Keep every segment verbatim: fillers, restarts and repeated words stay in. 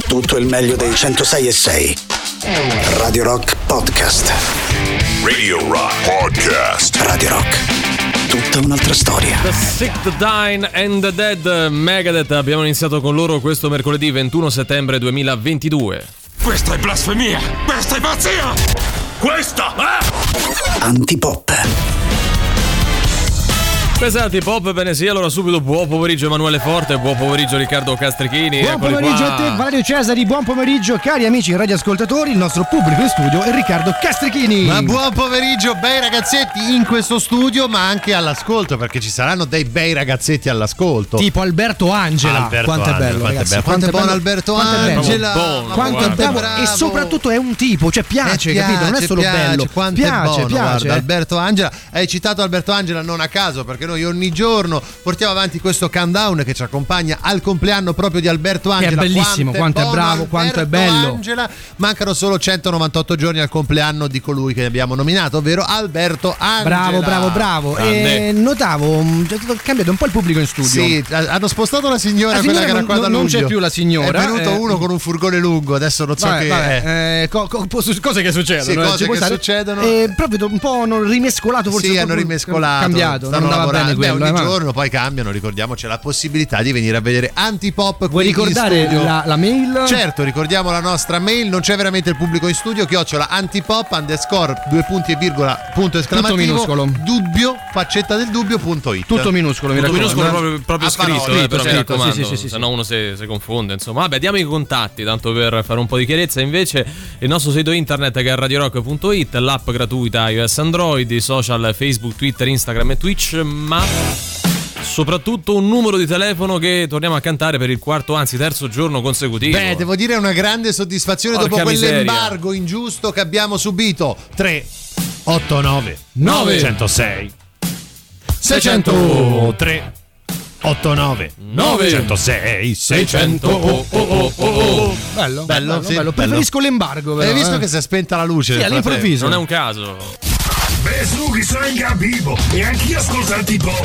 tutto il meglio dei centosei e sei. Radio Rock Podcast. Radio Rock Podcast. Radio Rock. Tutta un'altra storia. The Sick, the Dying and the Dead, Megadeth. Abbiamo iniziato con loro questo mercoledì ventuno settembre duemilaventidue. Questa è blasfemia! Questa è pazzia! Questa è... Antipop. Questa è Antipop, bene sì, allora subito buon pomeriggio Emanuele Forte, buon pomeriggio Riccardo Castrichini. Buon Eccoli pomeriggio qua. a te Valerio Cesari, buon pomeriggio cari amici radioascoltatori, il nostro pubblico in studio è Riccardo Castrichini. Ma buon pomeriggio bei ragazzetti in questo studio ma anche all'ascolto, perché ci saranno dei bei ragazzetti all'ascolto. Tipo Alberto Angela. Alberto Quanto Angela, è bello, quanto è ragazzi. bello. Quanto è buono Alberto quanto è bello. Angela. Buono, Quanto è guarda. bravo. E soprattutto è un tipo, cioè piace, Eh, capito? Non è solo piace, bello. Quanto piace, è buono, piace. guarda, Alberto Angela. Hai citato Alberto Angela non a caso, perché noi ogni giorno portiamo avanti questo countdown che ci accompagna al compleanno proprio di Alberto Angela. Che è bellissimo, quanto è, buono bravo, quanto è Alberto bello. Angela. Mancano solo centonovantotto giorni al compleanno di colui che abbiamo nominato, ovvero Alberto Angela. Bravo, bravo, bravo. Grande. E notavo, mh, è cambiato un po' il pubblico in studio. Sì, hanno spostato la signora, La quella signora che era non- qua da non luglio. c'è più la signora, È venuto eh. uno con un furgone lungo, adesso non so Vabbè, che vabbè, è. eh, co- co- cose che succedono. Sì, eh, cose ci può che stare. succedono. Eh, proprio un po' hanno rimescolato forse. Sì, hanno proprio rimescolato, cambiato, stanno non andava lavorando. bene quello. Beh, ogni eh, ma- giorno poi cambiano, ricordiamoci, c'è la possibilità di venire a vedere Antipop. Vuoi qui in ricordare studio. la, la mail? Certo, ricordiamo la nostra mail, non c'è veramente il pubblico in studio, chiocciola antipop underscore due punti e virgola punto esclamativo minuscolo. dubbio faccetta del dubbio punto it. Tutto minuscolo, mi Tutto raccomando. minuscolo eh. proprio, proprio A scritto, parole, eh, però mi scritto, raccomando, sì, sì, sì, sì, se no uno si, si confonde, insomma. Vabbè, diamo i contatti, tanto per fare un po' di chiarezza. Invece il nostro sito internet che è radio rock punto it, l'app gratuita iOS Android, i social Facebook, Twitter, Instagram e Twitch, ma soprattutto un numero di telefono che torniamo a cantare per il quarto, anzi terzo giorno consecutivo. Beh, devo dire è una grande soddisfazione Porca dopo miseria. quell'embargo ingiusto che abbiamo subito. tre otto nove nove centosei seicento tre otto nove nove centosei seicento oh, oh, oh, oh, oh. Bello, Bello, bello, sì, bello. bello. Preferisco l'embargo, però, Hai visto eh. che si è spenta la luce? Sì, nel all'improvviso. Non è un caso. Beh, su, chi sono in capivo e anch'io ascolto Antipop.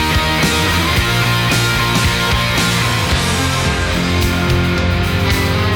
Thank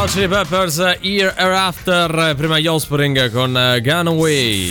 Hot Chili Peppers, Year After, prima gli Offspring con Gone Away.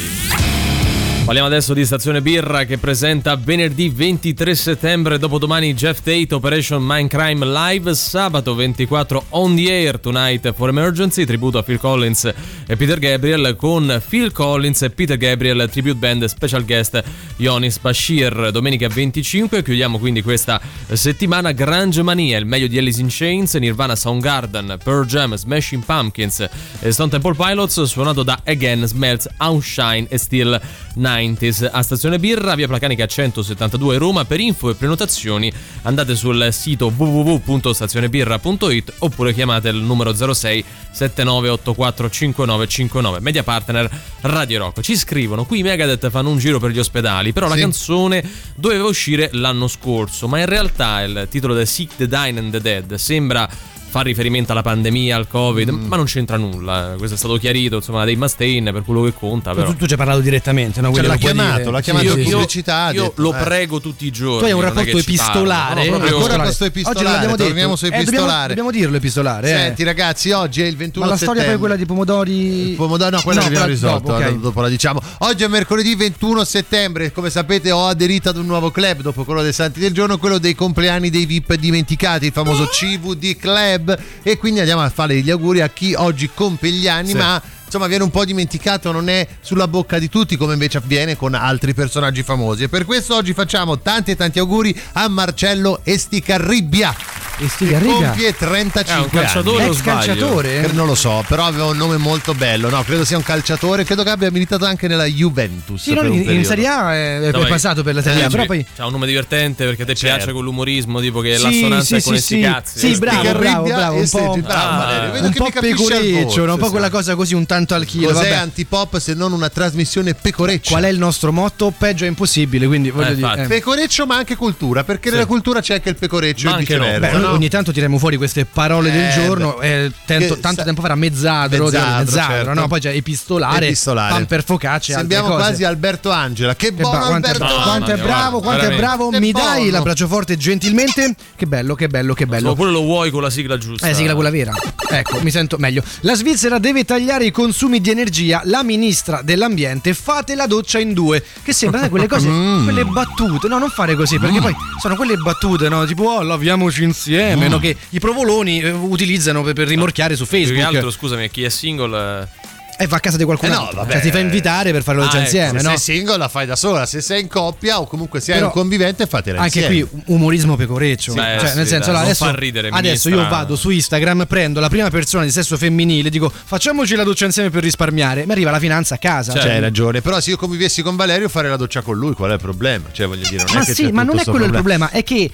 Parliamo adesso di Stazione Birra che presenta venerdì ventitré settembre, dopodomani Jeff Tate, Operation Mindcrime Live, sabato ventiquattro On The Air Tonight for Emergency, tributo a Phil Collins e Peter Gabriel con Phil Collins e Peter Gabriel Tribute Band, special guest Yonis Bashir. Domenica venticinque chiudiamo quindi questa settimana Grunge Mania, il meglio di Alice in Chains, Nirvana, Soundgarden, Pearl Jam, Smashing Pumpkins e Stone Temple Pilots, suonato da Again, Smells, Outshine e Still novanta. A Stazione Birra, via Placanica centosettantadue Roma. Per info e prenotazioni andate sul sito w w w punto stazionebirra punto it oppure chiamate il numero zero sei sette nove otto quattro cinque nove cinque nove. Media partner Radio Rock. Ci scrivono: qui i Megadeth fanno un giro per gli ospedali, però sì, la canzone doveva uscire l'anno scorso, ma in realtà il titolo The Sick, The Dying and The Dead sembra fa riferimento alla pandemia, al Covid, mm. ma non c'entra nulla. Questo è stato chiarito, insomma, da Dave Mustaine, per quello che conta. Però tu, tu ci hai parlato direttamente, no? Cioè, l'ha chiamato, l'ha chiamato in pubblicità. Io, io detto, lo eh. prego tutti i giorni. Tu hai un rapporto epistolare. No, proprio... Ancora questo epistolare. Oggi Torniamo su epistolare. Eh, dobbiamo, dobbiamo dirlo epistolare. Eh. Senti ragazzi, oggi è il ventuno ma la settembre. storia poi quella di pomodori. Il pomodoro, no, quella no, l'abbiamo risolto. Dopo, okay. dopo la diciamo. Oggi è mercoledì ventuno settembre. Come sapete, ho aderito ad un nuovo club dopo quello dei Santi del Giorno, quello dei compleanni dei V I P dimenticati, il famoso C V D Club. E quindi andiamo a fare gli auguri a chi oggi compie gli anni, sì, ma insomma viene un po' dimenticato, non è sulla bocca di tutti come invece avviene con altri personaggi famosi. E per questo oggi facciamo tanti e tanti auguri a Marcello Estigarribia, Estigarribia che compie trentacinque è un calciatore anni. o Ex sbaglio? calciatore? Non lo so, però aveva un nome molto bello. No, credo sia un calciatore, credo che abbia militato anche nella Juventus. Sì, no, in, in Serie A è, è Dai, passato per la Serie A, eh, però poi c'ha un nome divertente perché a te certo. piace con l'umorismo, tipo che sì, l'assonanza sì, è con sì, esti sì. cazzi. Sì, bravo, bravo, bravo, un po', bravo, ah, Valerio. Vedo un che po' mi capisce al pecoreccio, voce, no? un po' sì. quella cosa così un tanto al chilo. Cos'è Vabbè. Antipop se non una trasmissione pecoreccia? Qual è il nostro motto? Peggio è impossibile, quindi voglio Eh, dire. infatti. eh. Pecoreccio ma anche cultura, perché Sì. nella cultura c'è anche il pecoreccio Ma e anche no. viceversa. Beh, noi no? ogni tanto tiriamo fuori queste parole Eh, del giorno. Eh, tento, che tanto sa- tempo fa era mezzadro, Mezzadro, mezzadro certo. no? Poi c'è epistolare, Epistolare. pan per focaccia e altre Sembriamo cose. quasi Alberto Angela. Che, Che buono ba- quanto, è, Alberto No, quanto è Angela, bravo, quanto è veramente. bravo. Che Mi buono. dai l'abbraccio forte gentilmente? Che bello, che bello, che bello. Oppure lo vuoi con la sigla giusta? Eh, sigla quella vera. Ecco, mi sento meglio. La Svizzera deve tagliare i consumi di energia. La ministra dell'ambiente, fate la doccia in due. Che sembra sai, quelle cose, quelle battute. No, non fare così, perché poi sono quelle battute, no? Tipo, oh, laviamoci insieme, no? Che i provoloni eh, utilizzano per, per rimorchiare su Più che Facebook. altro, scusami, chi è single... eh, E va a casa di qualcun Eh no, altro. vabbè. Cioè, ti fa invitare per fare la doccia Ah, ecco, insieme, Se no? sei single la fai da sola, se sei in coppia o comunque sei Però un convivente fatela anche insieme. qui umorismo pecoreccio. Sì, cioè, sì, nel senso, dai, allora, non adesso, fa ridere, adesso ministra. io vado su Instagram, prendo la prima persona di sesso femminile, dico facciamoci la doccia insieme per risparmiare. Mi arriva la finanza a casa. Certo. C'hai ragione, però se io convivessi con Valerio fare la doccia con lui, qual è il problema? Cioè voglio dire, non Ma è che sì, c'è ma tutto non è sto quello il problema, è che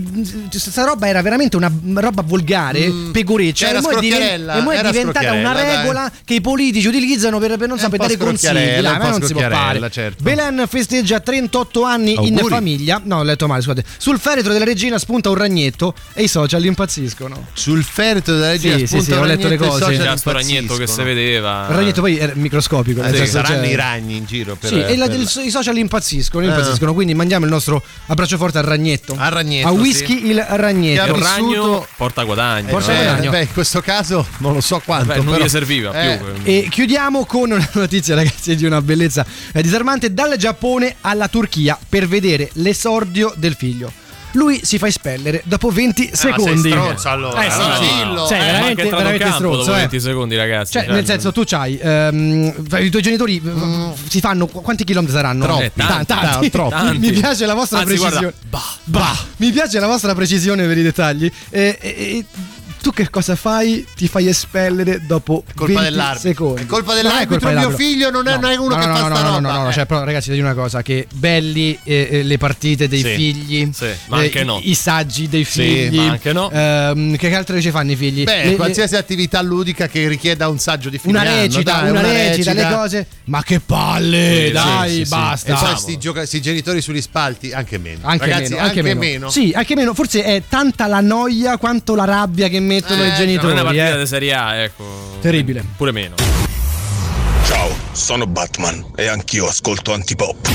questa roba era veramente una roba volgare, Mm, pecoreccia, era e mo è, diven- scrocchiarella, e mo è era diventata una scrocchiarella, regola che i politici utilizzano per, per non È sapere un dare po' consigli. scrocchiarella, Dai, un ma po' non si può scrocchiarella, fare. certo. Belen festeggia trentotto anni in Auguri. famiglia. No, ho letto male, scusate. Sul feretro della regina spunta un ragnetto e i social impazziscono. Sul feretro della regina Sì, sì, spunta sì, un ho letto le ragnetto e i cose. social C'era sto ragnetto che si impazziscono. vedeva. Il ragnetto poi era microscopico. Eh, nel sì, senso, saranno cioè- i ragni in giro per, Sì, e la- per- il- i social impazziscono, Ah. impazziscono, quindi mandiamo il nostro abbraccio forte al ragnetto. Al ragnetto, A whisky sì. il Che ragnetto. ha Il vissuto- ragno porta guadagno. Forse no? Eh, guadagno. beh, in questo caso non lo so quanto. Beh, non però- gli serviva Eh, più. E chiudiamo con una notizia, ragazzi, di una bellezza eh, disarmante. Dal Giappone alla Turchia per vedere l'esordio del figlio. Lui si fa espellere dopo venti Ah, sei secondi. stronzo, allora. Eh sì, Allora sì. dillo. Cioè, Eh, Ma veramente, che è entrato in veramente campo stronzo. dopo eh. venti secondi, ragazzi. Cioè, nel senso, tu c'hai ehm, i tuoi genitori mm. si fanno quanti chilometri saranno? Troppi. Eh, tanti, tanti, tanti, troppi. tanti. Mi piace la vostra Anzi, precisione. guarda, bah, bah. Mi piace la vostra precisione per i dettagli. E, e- e tu che cosa fai? Ti fai espellere dopo colpa venti dell'arbitro. secondi. È colpa Non è dell'arbitro, colpa mio dell'arbitro. figlio non è, non è uno no, che no, fa no, sta no, roba. no, no, no, Eh. cioè, però, ragazzi, devo dire una cosa: che belli eh, eh, le partite dei Sì, figli, sì, ma anche eh, no. i, i saggi dei Sì, figli, ma anche no. ehm, che altre ci fanno i figli? Beh, Le- le- qualsiasi attività ludica che richieda un saggio di fine una anno, recita, dai, una, recita, le cose. Ma che palle, Sì, dai, sì, sì, sì. basta. E poi Facciamo. sti, gioca- sti genitori sugli spalti, anche meno. Anche Ragazzi, meno, anche, meno. Sì, anche meno. Forse è tanta la noia quanto la rabbia che mettono Eh, i Non è genitori. una partita eh. di Serie A, ecco. Terribile. Pure meno. Ciao, sono Batman e anch'io ascolto Antipop.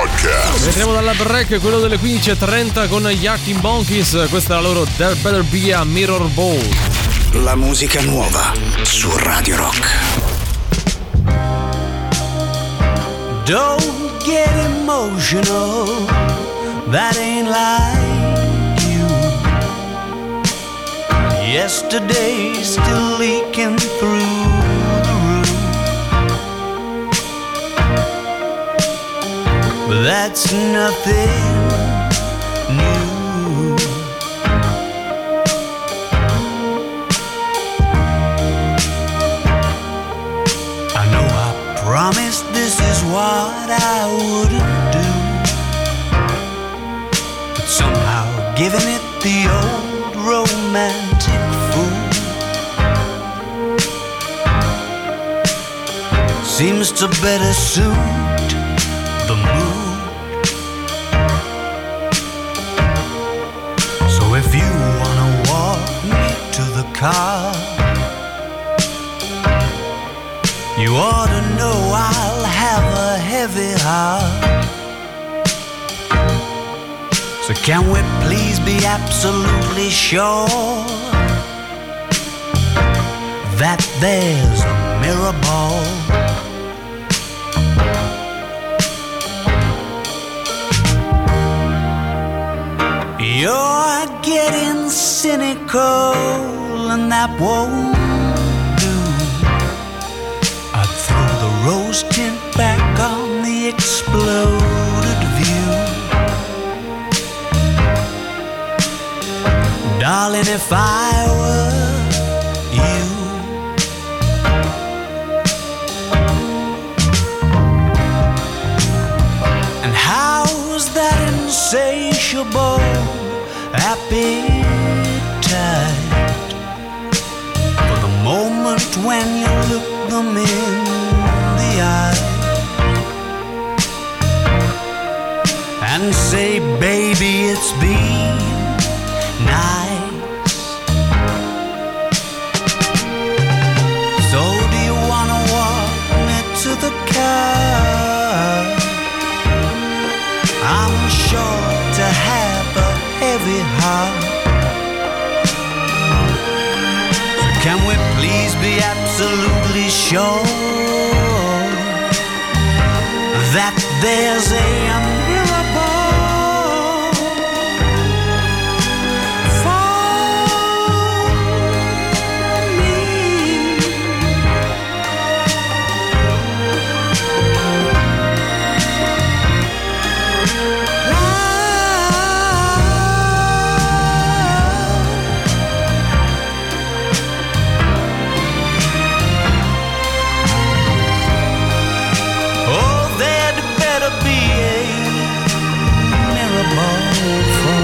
Podcast. Entriamo dalla break, quello delle quindici e trenta con gli Arctic Monkeys. Questa è la loro There Better Be a Mirror Ball. La musica nuova su Radio Rock. Don't get emotional, that ain't like you. Yesterday's still leaking through the roof, but that's nothing new. I know I promised this is what I wouldn't do, but somehow giving it the old romantic fool seems to better suit the mood. So if you wanna walk me to the car, you ought to know I'll have a heavy heart. So can we please be absolutely sure that there's a mirror ball? You're getting cynical and that won't do. I'd throw the rose tint back on the exploded view. Darling, if I were you, and how's that insatiable appetite for the moment when you look them in the eye and say, baby, it's been nice. So do you wanna walk me to the car? I'm sure to have a heavy heart. So can we please be absolutely sure that there's a mirror ball for me? Oh, there'd better be a mirror ball for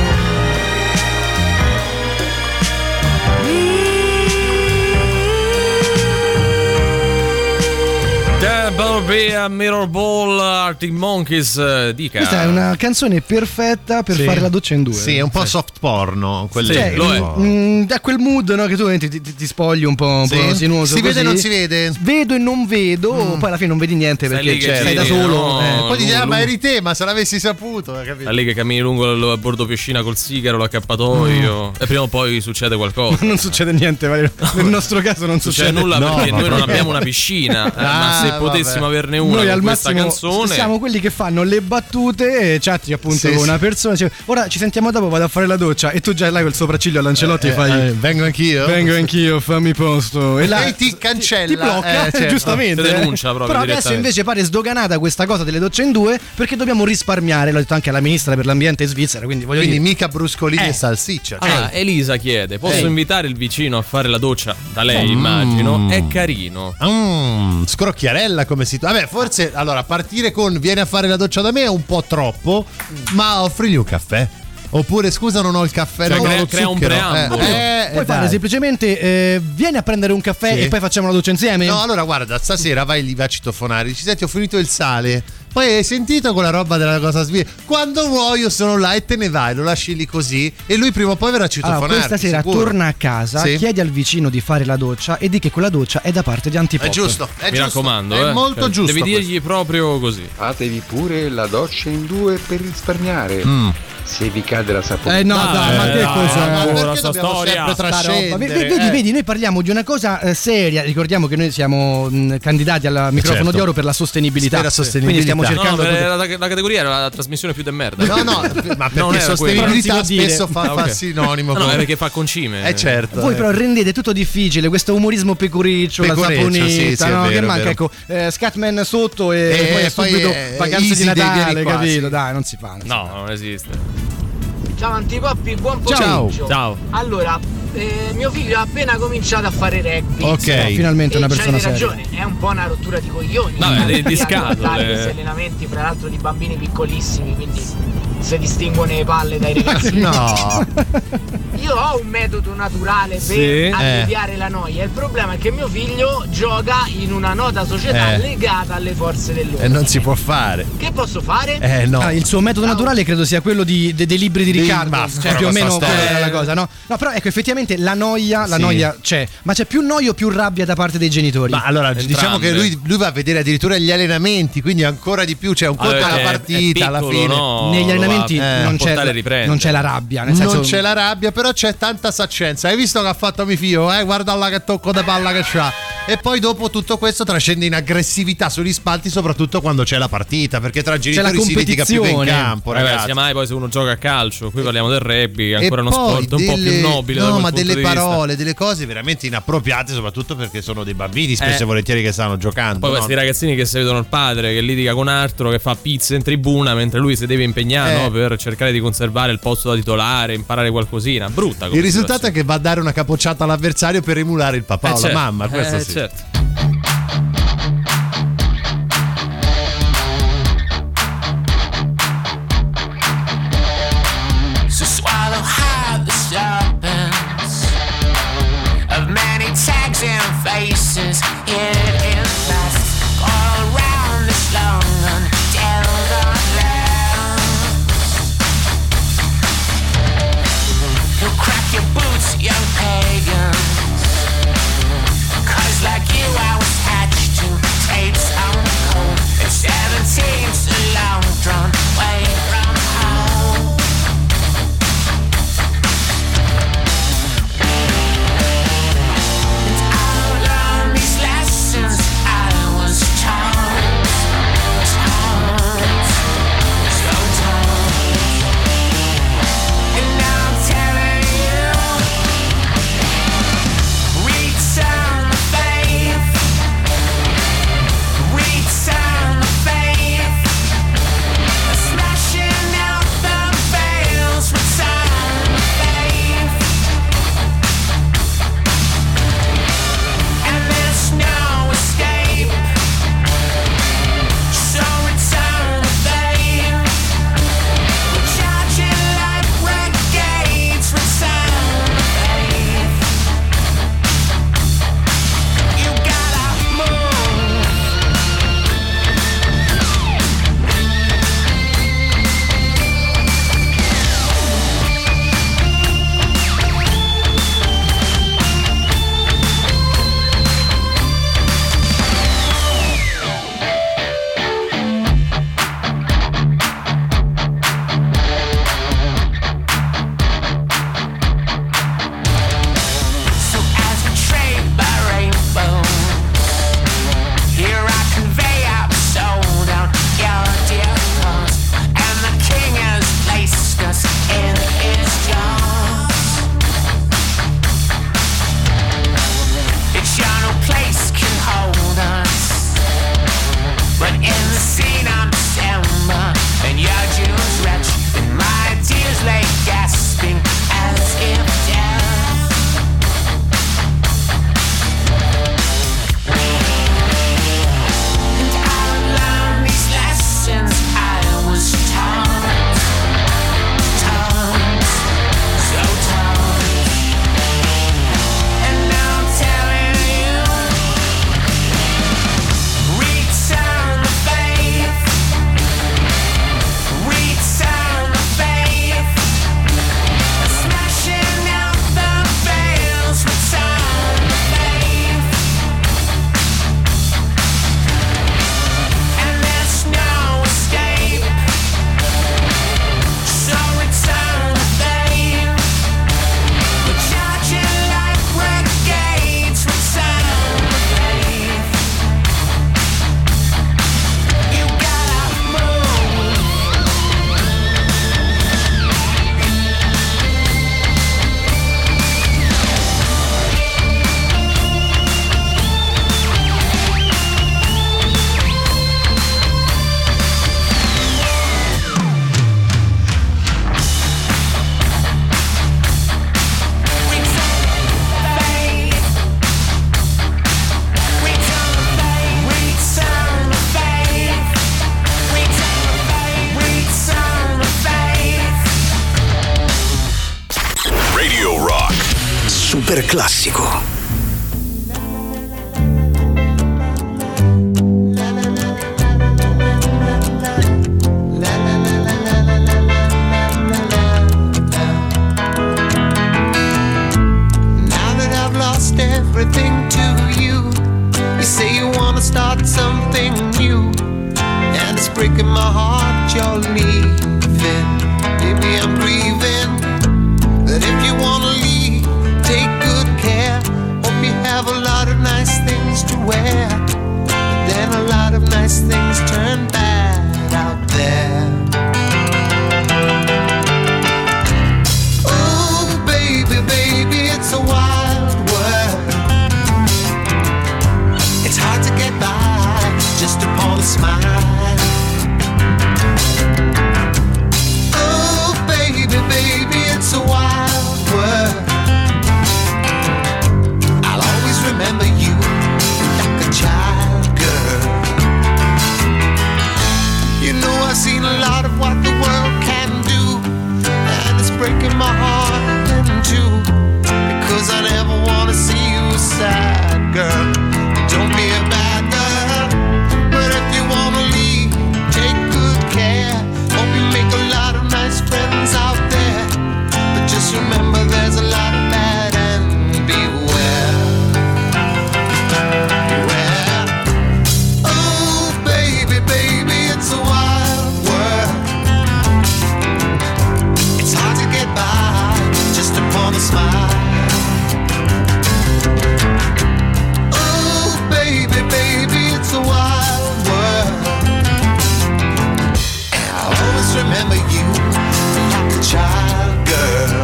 There Better Be a Mirror Ball, Arctic Monkeys, dica. Questa è una canzone perfetta per Sì. fare la doccia in due. Sì, è un po' soft porno. Quelle Sì, Cioè, lo è. mm, da quel mood, no, che tu ti, ti, ti spogli un po', un Sì. po' sinuoso. Si vede così. e non si vede? Vedo e non vedo, poi alla fine non vedi niente Stai perché lì che stai da giri, solo. no? eh. Poi dici, ah, lungo. ma eri te, ma se l'avessi saputo, capito? Da lì che cammini lungo il bordo piscina col sigaro, l'accappatoio, e prima o poi succede qualcosa. Non succede niente, Valerio. Nel nostro caso non Succede succede nulla No, perché ma noi non proprio- abbiamo una piscina, eh, ma Ah, se vabbè. potessimo averne una Noi con al questa massimo canzone. siamo quelli che fanno le battute e chatti appunto Sì, con sì. una persona. Cioè, ora ci sentiamo dopo, vado a fare la doccia e tu già là col sopracciglio all'Ancelotti Eh, fai eh, vengo anch'io. vengo anch'io, fammi posto. E là Lei ti cancella. ti blocca, eh, certo. Ti giustamente. denuncia proprio Però adesso direttamente. invece pare sdoganata questa cosa delle docce in due perché dobbiamo risparmiare, l'ho detto anche alla ministra per l'ambiente svizzera, quindi voglio Quindi dire. mica bruscolini Eh. e salsiccia. Ah, Elisa chiede: posso Ehi. invitare il vicino a fare la doccia da lei? Mm. Immagino. È carino. Mm, scrocchiarella come si. Vabbè, forse allora partire con vieni a fare la doccia da me è un po' troppo, ma offrigli un caffè. Oppure scusa, non ho il caffè, Cioè, non ho crea- lo crea un zucchero. preambolo. Eh, eh, Puoi fare dai. semplicemente eh, vieni a prendere un caffè Sì. e poi facciamo la doccia insieme. No, allora guarda, stasera vai lì, vai a citofonare. Dici, senti, ho finito il sale. Poi hai sentito quella roba della cosa sveglia? Quando vuoi io sono là e te ne vai, lo lasci lì così e lui prima o poi verrà a citofonarti. Allora, questa sera sicuro. torna a casa, Sì. chiedi al vicino di fare la doccia e di che quella doccia è da parte di Antipop. È giusto, è Mi giusto. raccomando, è eh. molto Cioè, giusto. Devi questo. dirgli proprio così. Fatevi pure la doccia in due per risparmiare. Mm. Se vi cade la saponetta. Eh no, dai, ma che dai, cosa? ma Ma Ora perché sta dobbiamo storia, sempre sta Sta roba. trascendere? Vedi, vedi, Eh. vedi, noi parliamo di una cosa eh, seria. Ricordiamo che noi siamo mh, candidati al microfono certo. di oro per la sostenibilità. Per la sostenibilità. Quindi stiamo No, no, cercando per proprio- la, la categoria era la trasmissione più de merda. No, no, ma Non perché era sostenibilità quello. spesso fa, Ah, ok. fa sinonimo No, no, con- è perché fa concime. Eh certo. Voi eh. però rendete tutto difficile, questo umorismo pecoriccio, la Pecoreccio, saponetta, sì, sì, è no? vero, che è manca, vero. ecco, eh, Scatman sotto e, E poi è poi, subito eh, vacanze easy di dei Natale, vieni qua, capito? sì. Dai, non si fa. non si No, non esiste. Ciao Antipoppi, buon Ciao. pomeriggio. Ciao. Allora, eh, mio figlio ha appena cominciato a fare rugby. Ok. fa. No, finalmente E una c'hai persona seria. ragione, è un po' una rottura di coglioni. Vabbè, di- di Via scatole. guardare questi allenamenti, fra l'altro di bambini piccolissimi, quindi si distinguono le palle dai ragazzi. No. Io ho un metodo naturale per Sì, alleviare la noia. Il problema è che mio figlio gioca in una nota società Eh. legata alle forze dell'ordine. E non si può fare. Che posso fare? Eh no. Ah, il suo metodo naturale credo sia quello di, de- dei libri di Di- Riccardo, basta, cioè però più o meno questa quella storia- era la cosa, no? No, però ecco, effettivamente la noia, la Sì. noia c'è, ma c'è più noia o più rabbia da parte dei genitori? Ma allora diciamo Entrambe. che lui, lui va a vedere addirittura gli allenamenti, quindi ancora di più, c'è un conto Allora, alla è- partita è alla piccolo, fine. no? Negli Lo allenamenti va eh, non, a c'è, portare e riprendere. non c'è la rabbia, nel senso Non c'è la rabbia, però c'è tanta saccenza. Hai visto che ha fatto mio figlio? Eh, guarda là che tocco da palla che c'ha. E poi dopo tutto questo trascende in aggressività sugli spalti, soprattutto quando c'è la partita, perché tra C'è la genitori si litiga più che in competizione. campo, Vabbè, ragazzi. sia mai poi se uno gioca a calcio, qui parliamo del rugby, è E ancora uno poi sport un po' delle- più nobile. da No, quel ma punto delle di vista. parole, delle cose veramente inappropriate, soprattutto perché sono dei bambini, spesso Eh. e volentieri che stanno giocando. Poi no? questi ragazzini che si vedono il padre che litiga con altro, che fa pizze in tribuna, mentre lui si deve impegnare Eh. no, per cercare di conservare il posto da titolare, imparare qualcosina. Brutta come Il risultato è situazione. che va a dare una capocciata all'avversario per emulare il papà Eh, o la certo. mamma, questo Eh, sì. certo. So swallow hard the serpents of many tags and faces hid in dust all around this long undealt land. You crack your boots, young pagans, 'cause like you I super classico. Everything to you. You say you wanna start something new, and it's breaking my heart you're leaving. Maybe I'm grieving, but if you wanna leave, take good care. Hope you have a lot of nice things to wear, but then a lot of nice things turn bad out there. Oh baby, baby, it's a wild world. It's hard to get by just upon a smile. Oh baby, baby, it's a wild world. I'll always remember you like a child, girl. You know I've seen a lot of what the world can do, and it's breaking my heart in two, because I never wanna see you sad, girl. Don't be a bad girl, but if you wanna leave, take good care. Hope you make a lot of nice friends out there, but just remember there's a lot of bad and beware. Beware. Oh baby, baby, it's a wild world. It's hard to get by just upon a smile. Baby, baby, it's a wild world. And I'll always remember you like a child, girl.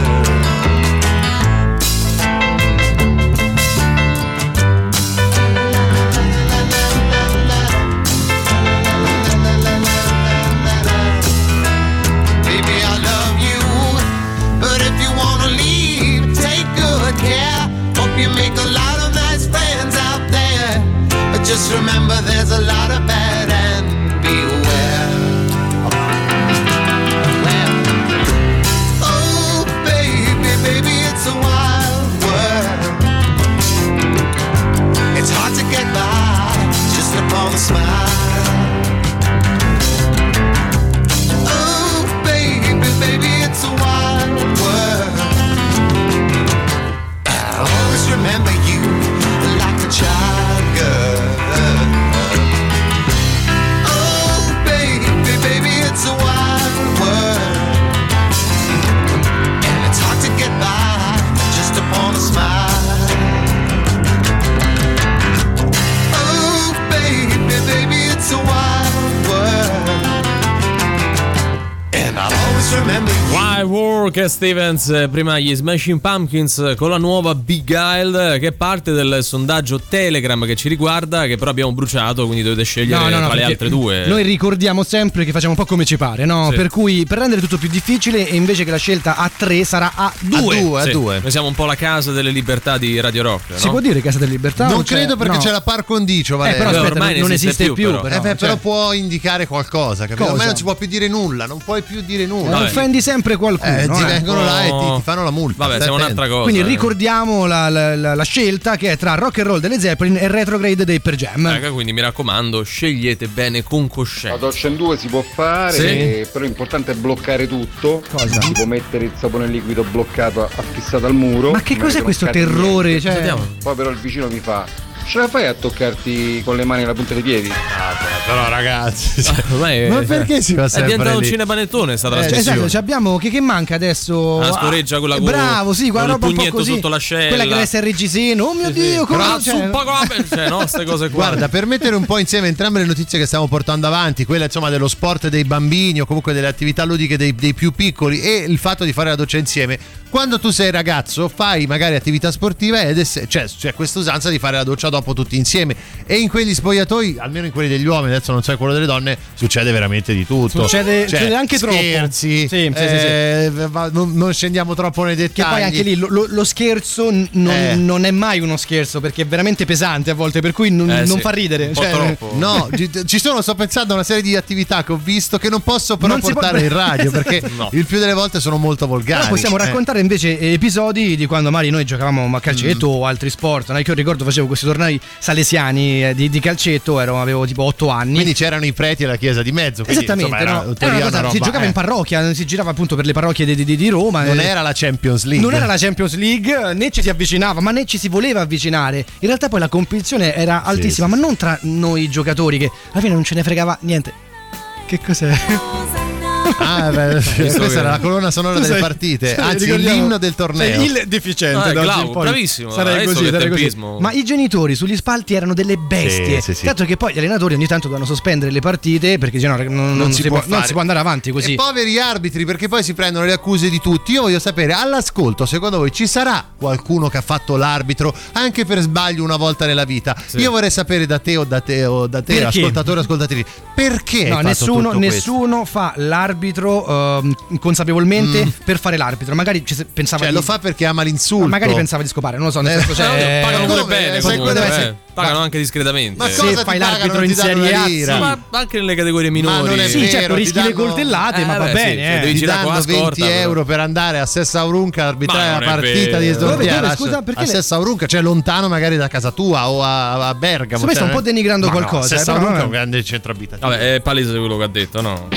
Baby, I love you, but if you wanna leave, take good care. Hope you make a lot of nice friends out there, but just remember there's a lot of bad and beware. Oh baby, baby, it's a wild world. It's hard to get by just upon a smile. Oh baby, baby, it's a wild world. I'll always remember you like a child, girl. Oh baby, baby, it's a wild world, and it's hard to get by just upon a smile. Oh baby, baby, it's a wild world, and I'll always remember you. Wild Work Stevens, prima gli Smashing Pumpkins con la nuova Beguiled, che è parte del sondaggio Telegram che ci riguarda, che però abbiamo bruciato, quindi dovete scegliere No, no, no, tra le perché altre due. Noi ricordiamo sempre che facciamo un po' come ci pare, no? Sì. Per cui per rendere tutto più difficile, e invece che la scelta a tre sarà a due. A due, Sì, a due. Noi siamo un po' la casa delle libertà di Radio Rock, no? Si può dire Casa della Libertà? Non o c'è- credo, perché no. c'è la par condicio, Eh, Valeria. però Beh, aspetta, ormai non, non non esiste esiste più, più, però. però. Eh beh, però cioè, può indicare qualcosa, capito? Cosa? Ormai non si può più dire nulla, non puoi più dire nulla. Vabbè. offendi sempre qualcuno. Eh, ti eh. vengono là e ti, ti fanno la multa. Vabbè, Stai siamo attento. un'altra cosa. Quindi eh. ricordiamo la, la- la- la scelta, che è tra Rock and Roll delle Zeppelin e Retrograde dei Pearl Jam. Ecco, quindi mi raccomando, scegliete bene con La coscienza. doccia in due si può fare, Sì. eh, però l'importante è bloccare tutto. Cosa? Tipo mettere il sapone liquido bloccato affissato al muro. Ma che non cos'è avete questo toccato terrore? niente. Cioè, Andiamo. Poi però il vicino mi fa: ce la fai a toccarti con le mani la punta dei piedi? Però ragazzi, cioè, Ormai è- ma perché si va È sempre diventato un lì? cinepanettone sta Eh, trasmissione. esatto, ci abbiamo che, che manca adesso? La scoreggia quella Ah, con- bravo, sì, quella con il roba un po' pugnetto così. sotto l'ascella. Quella che deve essere reggiseno. Oh mio Sì, sì. Dio, come Però cioè, zuppa con la pe- cioè, no, queste cose qua. Guarda, per mettere un po' insieme entrambe le notizie che stiamo portando avanti, quella insomma dello sport dei bambini o comunque delle attività ludiche dei, dei più piccoli, e il fatto di fare la doccia insieme. Quando tu sei ragazzo fai magari attività sportiva ed è, cioè, c'è questa usanza di fare la doccia dopo dopo tutti insieme. E in quegli spogliatoi, almeno in quelli degli uomini, adesso non so quello delle donne, succede veramente di tutto. Succede, cioè, succede anche scherzi, troppo. Sì, sì, eh, sì, sì. Va, non, non scendiamo troppo nei dettagli. Che poi anche lì lo, lo, lo scherzo n- non, Eh. non è mai uno scherzo, perché è veramente pesante a volte, per cui non, Eh, non sì. fa ridere. Un po' Cioè, troppo. No, ci- ci sono, sto pensando a una serie di attività che ho visto che non posso però Non si può- portare in radio perché No. il più delle volte sono molto volgari. Però possiamo Eh. raccontare invece episodi di quando magari noi giocavamo a calcetto o altri sport. No? Che io ricordo facevo questi tornei salesiani eh, di, di calcetto, ero, avevo tipo otto anni. Quindi c'erano i preti alla chiesa di mezzo. Quindi, Esattamente, insomma, era, no? in teoria Era una cosa- una si roba, giocava eh. in parrocchia, si girava appunto per le parrocchie di, di- di Roma. Non eh, era la Champions League. Non era la Champions League, né ci si avvicinava, ma né ci si voleva avvicinare. In realtà poi la competizione era altissima, sì, ma non tra noi giocatori, che alla fine non ce ne fregava niente. Che cos'è? Ah, beh, questa che- era la colonna sonora Tu delle sei- partite, sai, anzi ricordiamo- l'inno del torneo. sei il deficiente. Ah, è da oggi Glauco, in poi. bravissimo, Sarei adesso così, che sarei così. tempismo. Ma i genitori sugli spalti erano delle bestie. Sì, sì, sì. Tanto che poi gli allenatori ogni tanto dovevano sospendere le partite perché sennò non, non, si, può, non fare. si può andare avanti così. E poveri arbitri, perché poi si prendono le accuse di tutti. Io voglio sapere, all'ascolto, secondo voi ci sarà qualcuno che ha fatto l'arbitro anche per sbaglio una volta nella vita? Sì. Io vorrei sapere da te o da te o da te, Perché? ascoltatori o ascoltatrici, perché No, hai fatto nessuno, tutto questo? nessuno fa l'arbitro ehm, consapevolmente per fare l'arbitro. Magari ci se- pensava Cioè di, lo fa perché ama l'insulto. no, magari pensava di scopare, non lo so, nel Eh, senso, cioè, Eh, pagano pure come? bene Sai comunque, cosa deve eh. essere? Pagano anche discretamente. Ma se cosa ti fai pagano? l'arbitro Non in ti danno Serie una A, lira? sì. Ma anche nelle categorie minori. non è sì, vero, certo, ti rischi le danno- coltellate, Eh, ma va beh, bene. sì, eh. devi Ti girare con danno la scorta, venti euro però. per andare a Sessaurunca a arbitrare Ma la non è partita vero. di Dove- Estordiana. dove, scusa, perché a le- Sessaurunca, cioè lontano magari da casa tua o a, a Bergamo. Secondo me sta un po' denigrando Ma no, qualcosa, eh, Sessaurunca però, è eh. un grande centro abitativo. Vabbè, è palese quello che ha detto, no?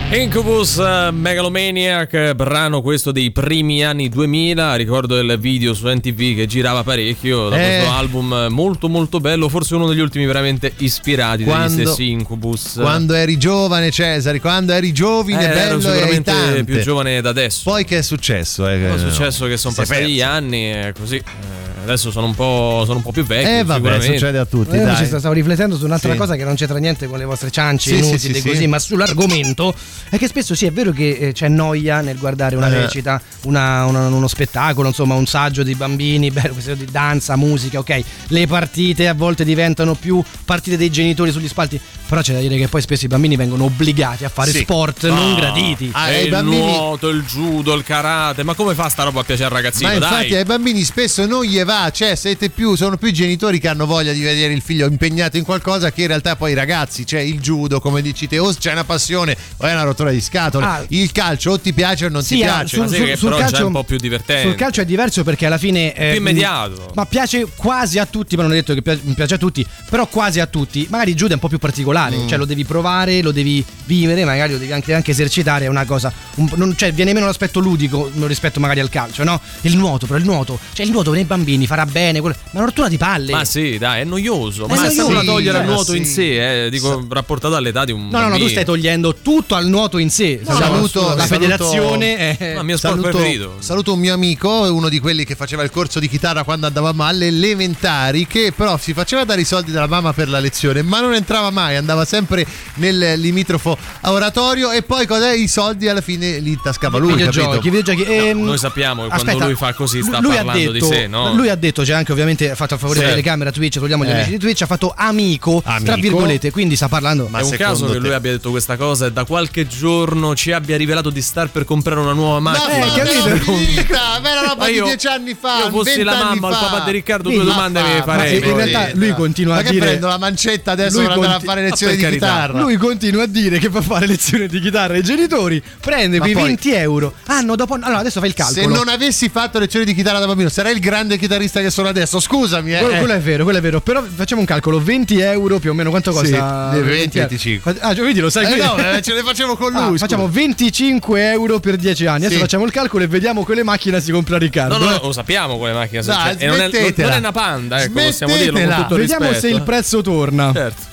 Incubus, uh, Megalomaniac, brano questo dei primi anni duemila. Ricordo il video su M T V che girava parecchio da eh. questo album molto molto bello, forse uno degli ultimi veramente ispirati quando, degli stessi Incubus. Quando eri giovane, Cesare, quando eri giovine, eh, bello ero sicuramente e più giovane da adesso. Poi che è successo? Eh? È successo che sono passati perso. gli anni e così. Eh, adesso sono un po', sono un po' più vecchio. Eh vabbè, succede a tutti. Eh, dai. stavo riflettendo su un'altra sì. cosa che non c'entra niente con le vostre ciance sì, inutili sì, sì, così, sì. ma sull'argomento è che spesso sì, è vero che eh, c'è noia nel guardare una Eh. recita, una, una, uno spettacolo, insomma, un saggio di bambini, bello, questo di danza, musica, ok. Le partite a volte diventano più partite dei genitori sugli spalti, però c'è da dire che poi spesso i bambini vengono obbligati a fare Sì. sport Ah, non graditi. Ah, e i il bambini- nuoto, il judo, il karate. Ma come fa sta roba a piacere al ragazzino? Ma infatti Dai. ai bambini spesso non gli va, cioè siete più, sono più i genitori che hanno voglia di vedere il figlio impegnato in qualcosa che in realtà poi i ragazzi, cioè il judo, come dici te, o c'è una passione o è una rottura di scatole. Ah. Il calcio o ti piace o non Sì, ti ah, piace. sul- Ma sì, sul- che sul però già calcio- è un po' più divertente. Sul calcio è diverso perché alla fine è più immediato. Ma piace quasi a tutti, ma non è detto che pi- piace a tutti, però quasi a tutti. Magari il judo è un po' più particolare, Mm. cioè lo devi provare, lo devi vivere, magari lo devi anche, anche esercitare, è una cosa un- non, cioè viene meno l'aspetto ludico rispetto magari al calcio, no? Il nuoto, però il nuoto, cioè il nuoto nei bambini farà bene, quello- ma una rottura di palle. Ma sì, dai, è noioso. È Ma noioso. sembra togliere Sì, il nuoto sì. in sé, eh, dico, rapportato all'età di un No, no, no, bambino. tu stai togliendo tutto al nuoto in sé. No, Saluto, saluto- la saluto- federazione è... Ma il mio sport Saluto, preferito. saluto un mio amico, uno di quelli che faceva il corso di chitarra quando andavamo alle elementari, che però si faceva dare i soldi dalla mamma per la lezione, ma non entrava mai, andava sempre nel limitrofo oratorio e poi cos'è? I soldi alla fine li tascava lui, videogiochi, capito? videogiochi. ehm, Noi sappiamo che aspetta, quando lui fa così sta lui ha parlando detto- di sé, no? Lui ha detto, c'è anche ovviamente fatto a favore Sì. della telecamera Twitch, togliamo gli Eh. amici di Twitch, ha fatto amico, tra Amico. virgolette, quindi sta parlando. Ma è un secondo caso che te? lui abbia detto questa cosa e da qualche giorno ci abbia rivelato di star per comprare una nuova Ma macchina. Eh, capito? è finita, ma era roba Ma di io- dieci anni fa. Io fossi la vent'anni mamma o il fa. papà di Riccardo, due Quindi- domande Ma me le fa- farei. ma in realtà lui continua ma a che dire- prendo la mancetta adesso Lui per andare conti- a fare Ma lezioni per di carità. chitarra? Lui continua a dire che fa fare lezioni di chitarra ai genitori, prende Ma quei poi- venti euro. Ah, no, dopo. Allora, adesso fai il calcolo. Se non avessi fatto lezioni di chitarra da bambino, sarei il grande chitarrista che sono adesso. Scusami, eh. Quello, quello è vero, quello è vero. Però facciamo un calcolo: venti euro più o meno quanto Sì, costa? venti, venticinque. Ah, cioè, vedi, lo sai Eh quindi- no, eh, ce le facevo con lui. Ah, scusa. facciamo venticinque euro per dieci anni. Adesso Sì. facciamo il calcolo e vediamo quale macchina si compra Riccardo. No, no, eh. lo sappiamo quale macchina se Dai, c'è. E non è, non, smettetela. non è una panda, ecco, possiamo dirlo con Smettetela. tutto il Vediamo rispetto. se il prezzo torna. Certo.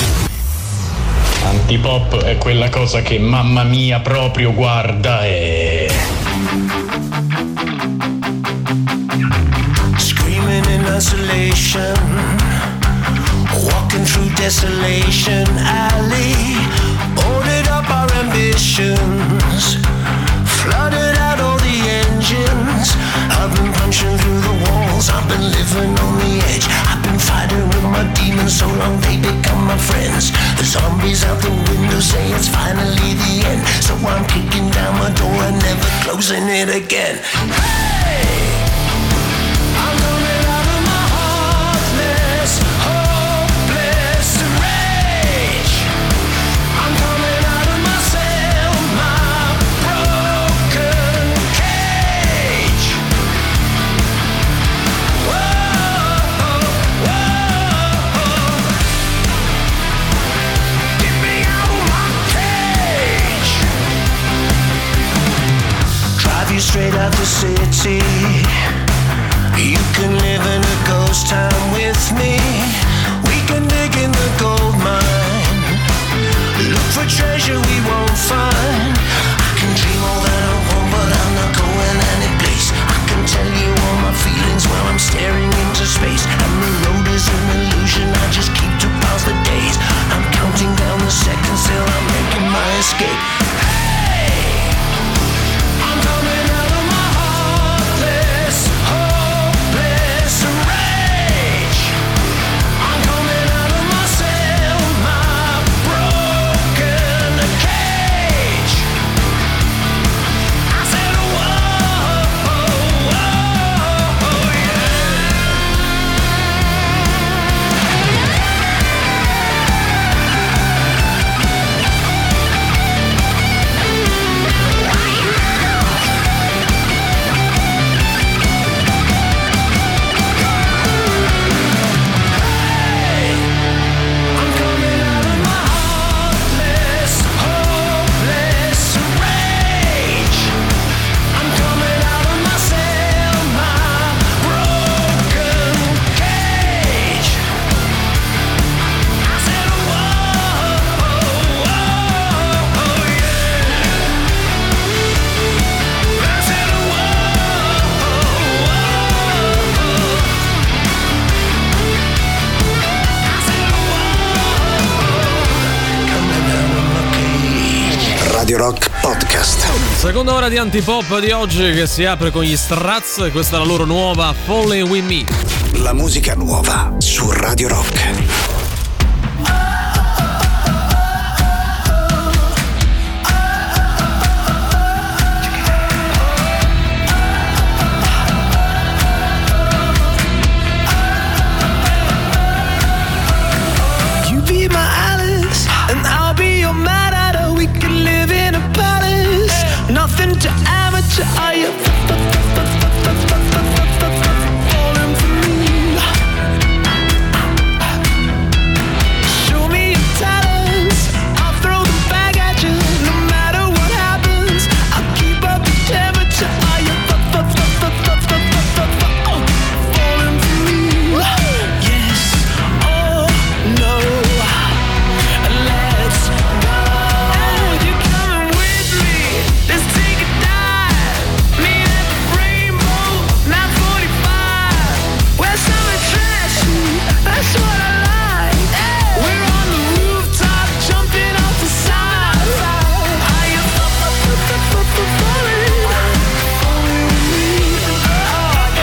Antipop è quella cosa che mamma mia proprio guarda e... Screaming in isolation, walking through desolation alley, boarded up our ambitions, flooded out all the engines. I've been punching through the walls, I've been living on the edge, I've been fighting with my demons so long they become my friends. The zombies out the window say it's finally the end, so I'm kicking down my door and never closing it again. Hey! I'm coming out of my heartless, hopeless rage. I'm coming out of myself, my broken cage. Whoa, whoa, get me out of my cage. Drive you straight out the city. You can live in a ghost town with me. We can dig in the gold mine, look for treasure we won't find. I can dream all that I want, but I'm not going any place. I can tell you all my feelings while I'm staring into space. And the road is an illusion, I just keep to pass the days. I'm counting down the seconds till I'm making my escape. Hey! I'm coming out of my heartless, hopeless rage. Radio Rock Podcast. Seconda ora di Antipop di oggi che si apre con gli Straz, questa è la loro nuova Falling With Me. La musica nuova su Radio Rock. Nothing to amateur, are you falling for me? Show me your talents, I'll throw them back at you. No matter what happens, I'll keep up the temperature. Are you falling for me? Yes, oh no, let's go. You coming with me? Let's take a dive. Meet at the Rainbow nine forty-five. Where summer trashy, that's what I like. We're on the rooftop, jumping off the side. Are you falling? Falling with me? Oh, I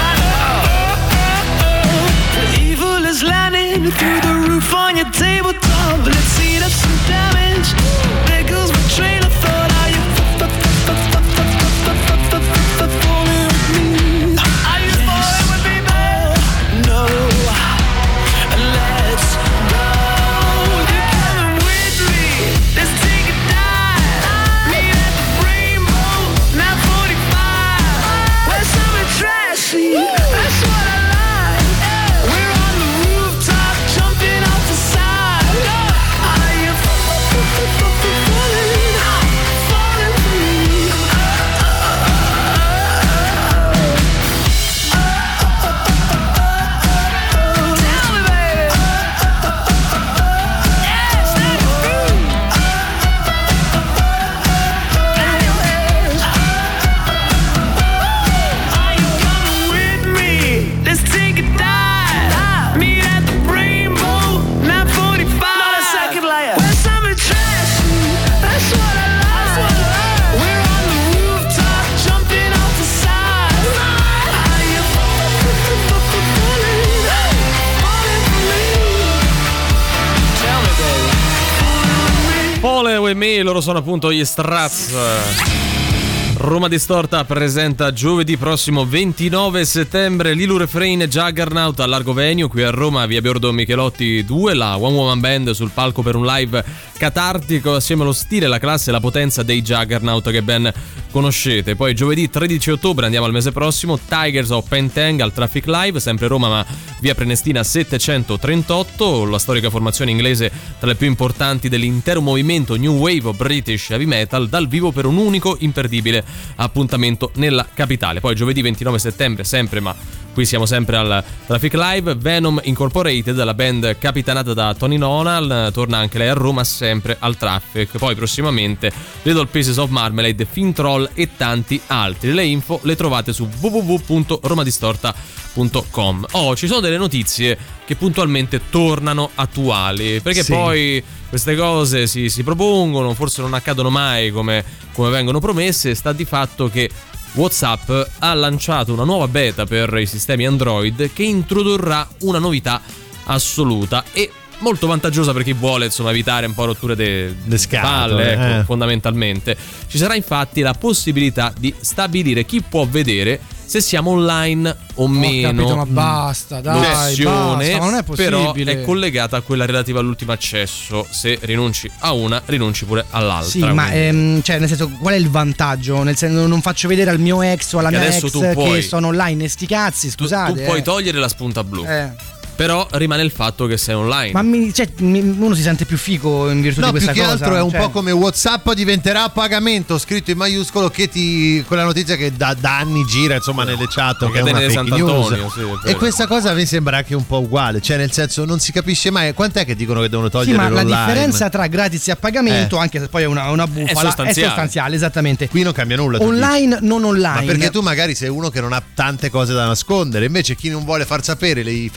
got it. The evil is landing through the roof on your tabletop. Let's eat up some damage. There goes my train of thought. Are you falling with me? Are you falling with me, babe? No, let's go. You're coming with me. Let's take a dive. Meet at the Rainbow nine forty-five. Where summer trashy, that's what I like. We're on the rooftop, jumping off the side. Are you falling? Falling for me? Tell me, baby. Yes, that's true. Are you coming with me? Let's take a dive. Meet at the Rainbow nine forty-five. Not a second layer. Where summer trashy, that's what I like. We're on the rooftop, jumping off the side. Are you falling? Falling for me? Tell me, baby. Falling With Me, loro sono appunto gli Straz. Roma Distorta presenta giovedì prossimo ventinove settembre Lilu Refrain e Juggernaut a Largo Venue qui a Roma, via Biordo Michelotti due, la One Woman Band sul palco per un live catartico assieme allo stile, la classe e la potenza dei Juggernaut che ben conoscete. Poi giovedì tredici ottobre, andiamo al mese prossimo, Tigers of Pentang al Traffic Live, sempre Roma ma via Prenestina settecentotrentotto, la storica formazione inglese tra le più importanti dell'intero movimento New Wave of British Heavy Metal, dal vivo per un unico imperdibile appuntamento nella capitale. Poi giovedì ventinove settembre, sempre ma qui siamo sempre al Traffic Live, Venom Incorporated, la band capitanata da Tony Donal, torna anche lei a Roma sempre al Traffic. Poi prossimamente Little Pieces of Marmalade, Fintroll e tanti altri. Le info le trovate su w w w punto romadistorta punto com. Oh, ci sono delle notizie che puntualmente tornano attuali, perché Sì. poi queste cose si, si propongono, forse non accadono mai come, come vengono promesse. Sta di fatto che WhatsApp ha lanciato una nuova beta per i sistemi Android che introdurrà una novità assoluta e molto vantaggiosa per chi vuole, insomma, evitare un po' rotture de, Le scatole, palle, ecco, eh. fondamentalmente. Ci sarà infatti la possibilità di stabilire chi può vedere se siamo online o meno. Ho capito, ma basta, dai, L'opzione, basta, ma non è però possibile. è collegata a quella relativa all'ultimo accesso. Se rinunci a una, rinunci pure all'altra. Sì, ma quindi- ehm, cioè, nel senso, qual è il vantaggio? Nel senso, non faccio vedere al mio ex o alla Che mia adesso ex tu puoi- che sono online, sti cazzi, tu, scusate. tu puoi eh. togliere la spunta blu. Eh. Però rimane il fatto che sei online. Ma mi- cioè, mi- uno si sente più figo in virtù No, di più questa che cosa. altro è un cioè. po' come WhatsApp diventerà a pagamento, scritto in maiuscolo, che ti quella notizia che da, da anni gira, insomma, nelle chat, Le che è una catene di fake news. Sant'Antonio, sì, è vero. E questa cosa mi sembra anche un po' uguale, cioè nel senso non si capisce mai quant'è che dicono che devono togliere Sì, ma la l'online. differenza tra gratis e a pagamento, Eh. anche se poi è una, una bufala, è sostanziale. sostanziale, esattamente. Qui non cambia nulla. tu Online, dici. non online. Ma perché tu magari sei uno che non ha tante cose da nascondere, invece chi non vuole far sapere i fatti suoi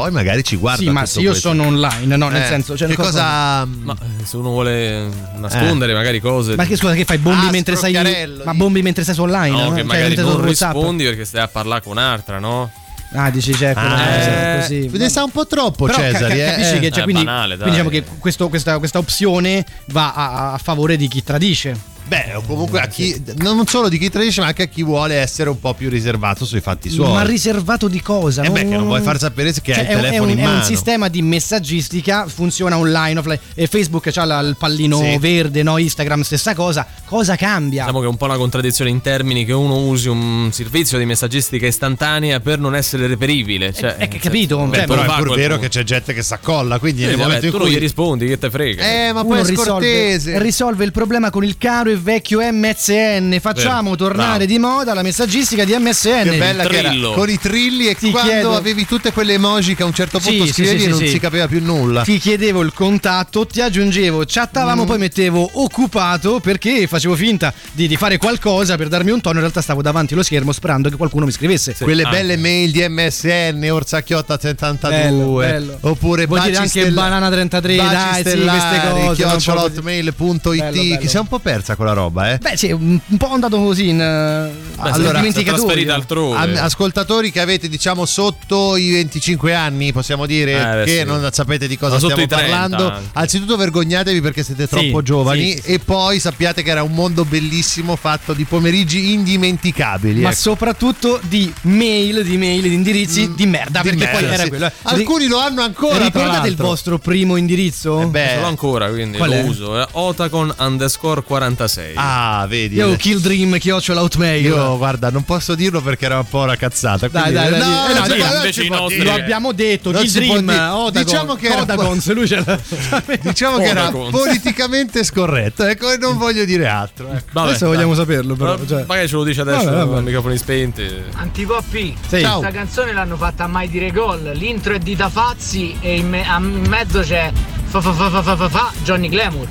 poi magari ci guarda. Sì, ma tutto se io questo. sono online, no, nel Eh, senso, cioè, che cosa- cosa. Ma eh, se uno vuole nascondere magari cose. Ma che scusa, che fai bombi Ah, mentre sei scrocchiarello, ma bombi mentre sei su online? No, no? che Cioè, magari mentre su non WhatsApp? rispondi perché stai a parlare con un'altra, no? Ah, dici c'è quella Ah, cosa eh, così. Ne sa un po' troppo Però ca- Cesari, ca- eh. capisci che Eh, cioè, è quindi, banale, dai. quindi diciamo che questo- questa, questa opzione va a, a favore di chi tradisce. Beh, o comunque a chi, non solo di chi tradisce, ma anche a chi vuole essere un po' più riservato sui fatti suoi. Ma riservato di cosa? Eh beh, che non vuoi far sapere che Cioè, hai il è, un- telefono è un, in è un mano. sistema di messaggistica, funziona online, offline. E Facebook c'ha la- il pallino Sì. verde, no? Instagram stessa cosa. Cosa cambia? Diciamo che è un po' una contraddizione in termini che uno usi un servizio di messaggistica istantanea per non essere reperibile. Cioè, Eh, che capito? Beh, Cioè, Però è fa pur qualcuno. vero che c'è gente che s'accolla, quindi Sì, nel vabbè, momento in tu non cui gli rispondi, che te frega. Eh, ma Uno poi è risolve, scortese. risolve il problema con il caro e vecchio M S N. Facciamo Vero, tornare bravo. di moda la messaggistica di M S N. Che bella che era trillo. con i trilli e Ti quando chiedo- avevi tutte quelle emoji che a un certo punto Sì, sì, scrivevi sì, e non sì, si sì. capiva più nulla. Ti chiedevo il contatto, ti aggiungevo, chattavamo, Mm. poi mettevo occupato perché facevo finta di, di fare qualcosa per darmi un tono. In realtà stavo davanti allo schermo sperando che qualcuno mi scrivesse. Quelle anche. belle mail di M S N, Orsacchiotta settantadue, Bello, bello. oppure Vuol dire baci anche stella- Banana trentatré, baci dai, sì, stellari, queste cose, chiocciola un po' così. hotmail punto it, Bello, bello. che si è un po' persa quella roba, eh. Beh, sì, un, un po' andato così in Beh, allora, si è dimenticatoio. trasferita altrove. Am- ascoltatori che avete diciamo sotto i venticinque anni, possiamo dire Eh, beh, che sì. non sapete di cosa Ma sotto stiamo i trenta parlando. anche. Anzitutto vergognatevi perché siete troppo Sì, giovani, sì. e poi sappiate che era un mondo bellissimo fatto di pomeriggi indimenticabili. Ma ecco. soprattutto di mail, di mail, di indirizzi di merda. Di perché merda, poi era sì. quello. Alcuni lo hanno ancora. tra Ricordate il l'altro. vostro primo indirizzo? Eh beh. Ce l'ho ancora, quindi Qual lo è? uso. È Otacon underscore quarantasei. Ah, vedi. Io ho Kill Dream, chiocciola Hotmail. Io guarda, non posso dirlo perché era un po' una cazzata. Dai, quindi- dai, dai, no, dai. Eh, no, non si dai, può- non invece si i può nostri- dire. Lo abbiamo detto, Non Kill si può Dream, dire. Odagon, Diciamo che era- Odagons, lui ce l'ha. Diciamo che era Odacons. politicamente scorretto, ecco, e non voglio dire altro. ecco. Vabbè, Adesso vogliamo saperlo, però. Ma- Cioè. Magari ce lo dice adesso Vabbè, vabbè. con i microfoni spenti. Antipoppi, Sì. Ciao. questa canzone l'hanno fatta a mai dire gol. L'intro è di Tafazzi e in, me- a- in mezzo c'è fa fa fa fa fa fa fa Johnny Glamour.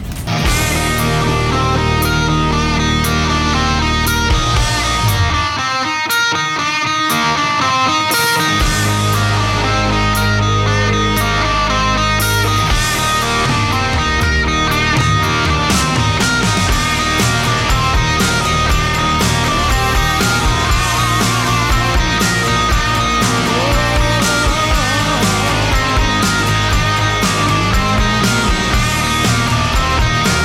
Oh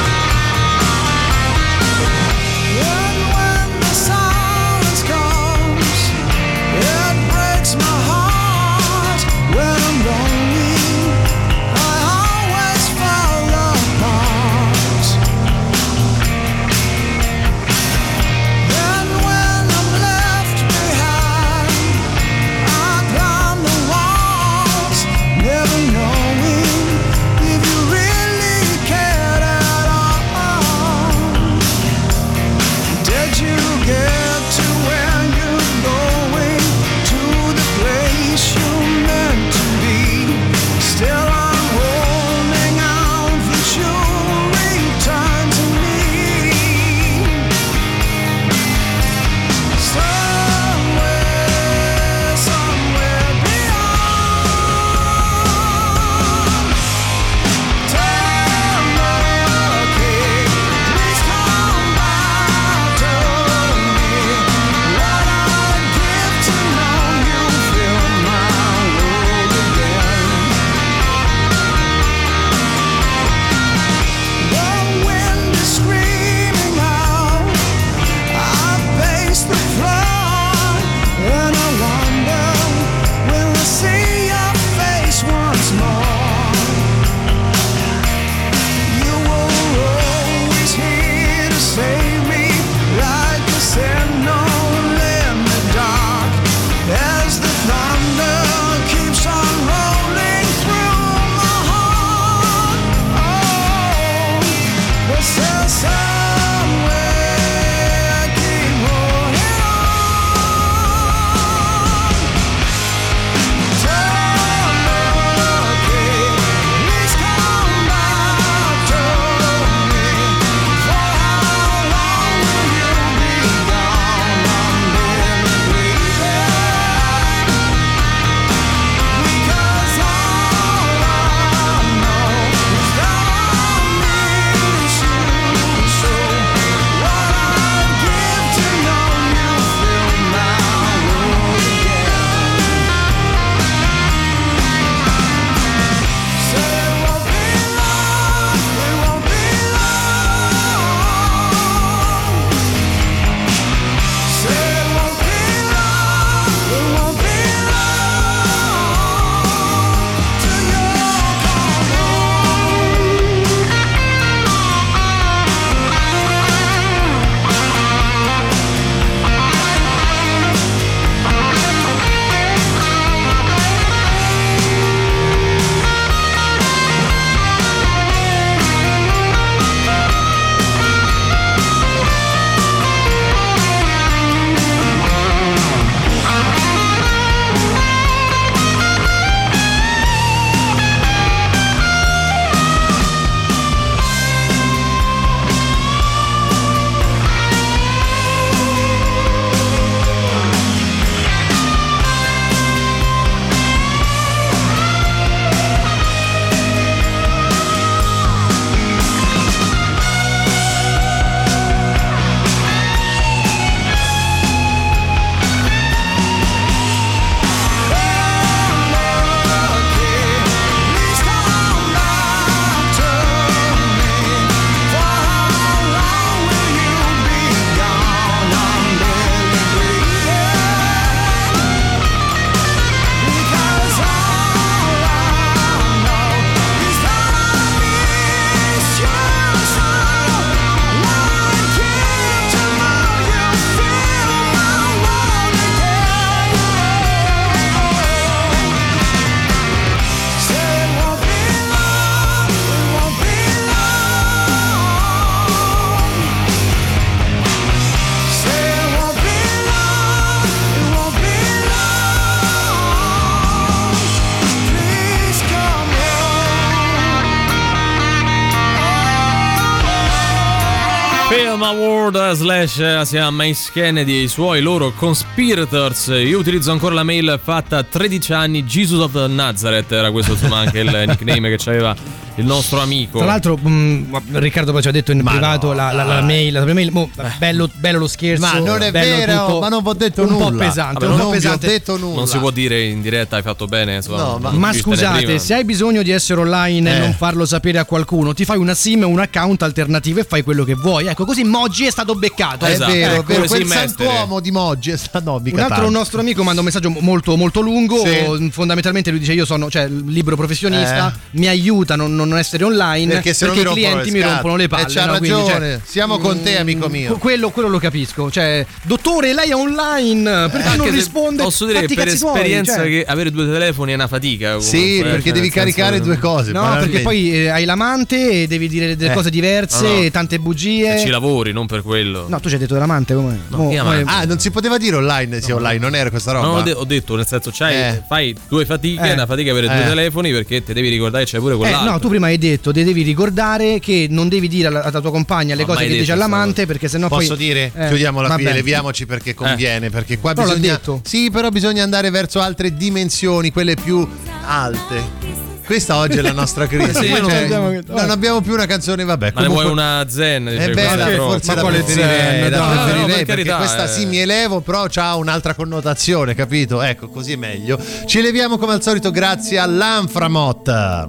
Film Award slash sia Mace Kennedy e i suoi loro conspirators. Io utilizzo ancora la mail fatta a tredici anni, Jesus of Nazareth era questo, insomma, anche il nickname che c'aveva il nostro amico. Tra l'altro mh, Riccardo poi ci ha detto in ma privato no, la, la, la mail, la mail mo, bello, bello lo scherzo. Ma non è vero, tutto, ma non vi ho detto un nulla. Po' pesante, Vabbè, un non po' pesante. vi ho detto nulla. Non si può dire in diretta hai fatto bene, insomma, no, ma, ma scusate, se hai bisogno di essere online eh. e non farlo sapere a qualcuno, ti fai una SIM e un account alternativo e fai quello che vuoi. Ecco, così Moggi è stato beccato. Esatto. È vero, ecco, è vero. Quel santuomo di Moggi è stato no, un altro tanto. Nostro amico manda un messaggio molto molto lungo. Sì. Fondamentalmente lui dice: io sono, cioè, libero professionista, eh. mi aiuta a non, non essere online perché, se perché non i clienti mi rompono le palle. E c'ha no? ragione, Quindi, cioè, siamo con te, amico mio. Quello, quello lo capisco. Cioè, dottore, lei è online, perché eh, non risponde? Posso dire che per esperienza tuoi, cioè. che avere due telefoni è una fatica. Comunque, sì, perché cioè, devi caricare senso, due cose. No, perché poi eh, hai l'amante e devi dire delle eh. cose diverse, no, no. tante bugie. E ci lavori, non per quello. No, tu ci hai detto dell'amante come? No, oh, come... Ah, non si poteva dire online, sì, no, online, non era questa roba. No, ho, de- ho detto, nel senso, c'hai, eh. fai due fatiche, eh. una fatica avere eh. due telefoni perché ti devi ricordare che c'è pure quell'altro. Eh, no, tu prima hai detto, ti devi ricordare che non devi dire alla, alla tua compagna le no, cose che dice all'amante, perché sennò Posso poi Posso dire? Eh, Chiudiamola qui, leviamoci perché conviene, eh. perché qua però bisogna detto. Sì, però bisogna andare verso altre dimensioni, quelle più alte. Questa oggi è la nostra crisi. Sì, cioè, non, abbiamo... non abbiamo più una canzone, vabbè. Ma comunque... ne vuoi una zen? È bella, forse la preferirei, la preferirei perché questa sì mi elevo, però ha un'altra connotazione, capito? Ecco, così è meglio. Ci leviamo come al solito grazie all'Anframot.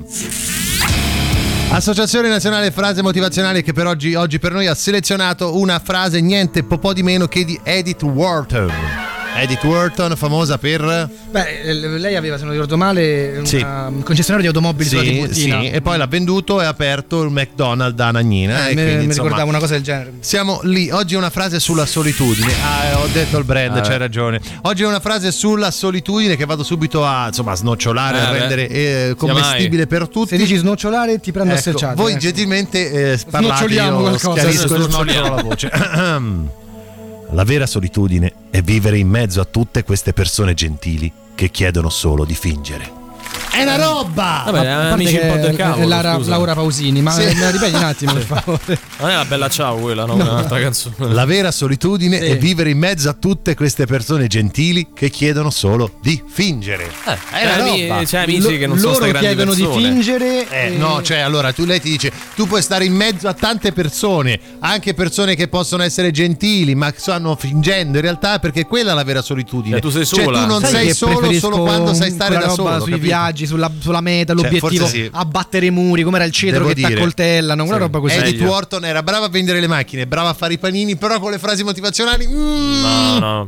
Associazione Nazionale Frase Motivazionale che per oggi, oggi per noi ha selezionato una frase niente po' po' di meno che di Edith Wharton. Edith Wharton, famosa per... Beh, lei aveva, se non ricordo male, un sì. concessionario di automobili sì, sulla Tiburtina. Sì, e poi l'ha venduto e ha aperto il McDonald's a Nagnina. Eh, e me, quindi, mi insomma, ricordavo una cosa del genere. Siamo lì. Oggi è una frase sulla solitudine. Ah, ho detto il brand, ah, c'hai ragione. Oggi è una frase sulla solitudine che vado subito a, insomma, snocciolare, eh, a rendere eh, commestibile per tutti. Se dici snocciolare ti prendo ecco, a selciate. Voi eh. gentilmente eh, parlate, io schiarisco e snocciolo la voce. La vera solitudine è vivere in mezzo a tutte queste persone gentili che chiedono solo di fingere. È una roba! Vabbè, a amici un po' del cavolo, Laura, Laura Pausini, ma sì. me la ripeti un attimo per favore. Non è la bella ciao quella, no? no. Un'altra canzone. La vera solitudine sì. è vivere in mezzo a tutte queste persone gentili che chiedono solo di fingere. Eh, è una roba. C'è amici che non L- sono loro grandi chiedono persone. di fingere. Eh, e... No, cioè allora tu lei ti dice tu puoi stare in mezzo a tante persone, anche persone che possono essere gentili, ma stanno fingendo in realtà, perché quella è la vera solitudine. Cioè, tu sei sola. Cioè tu non Sai sei solo solo quando sai stare da solo. Sui capito? viaggi, sulla, sulla meta, l'obiettivo, cioè, sì. abbattere i muri, come era il cedro Devo che ti accoltellano, quella sì. roba così. Edith Wharton era brava a vendere le macchine, brava a fare i panini, però con le frasi motivazionali mm. no no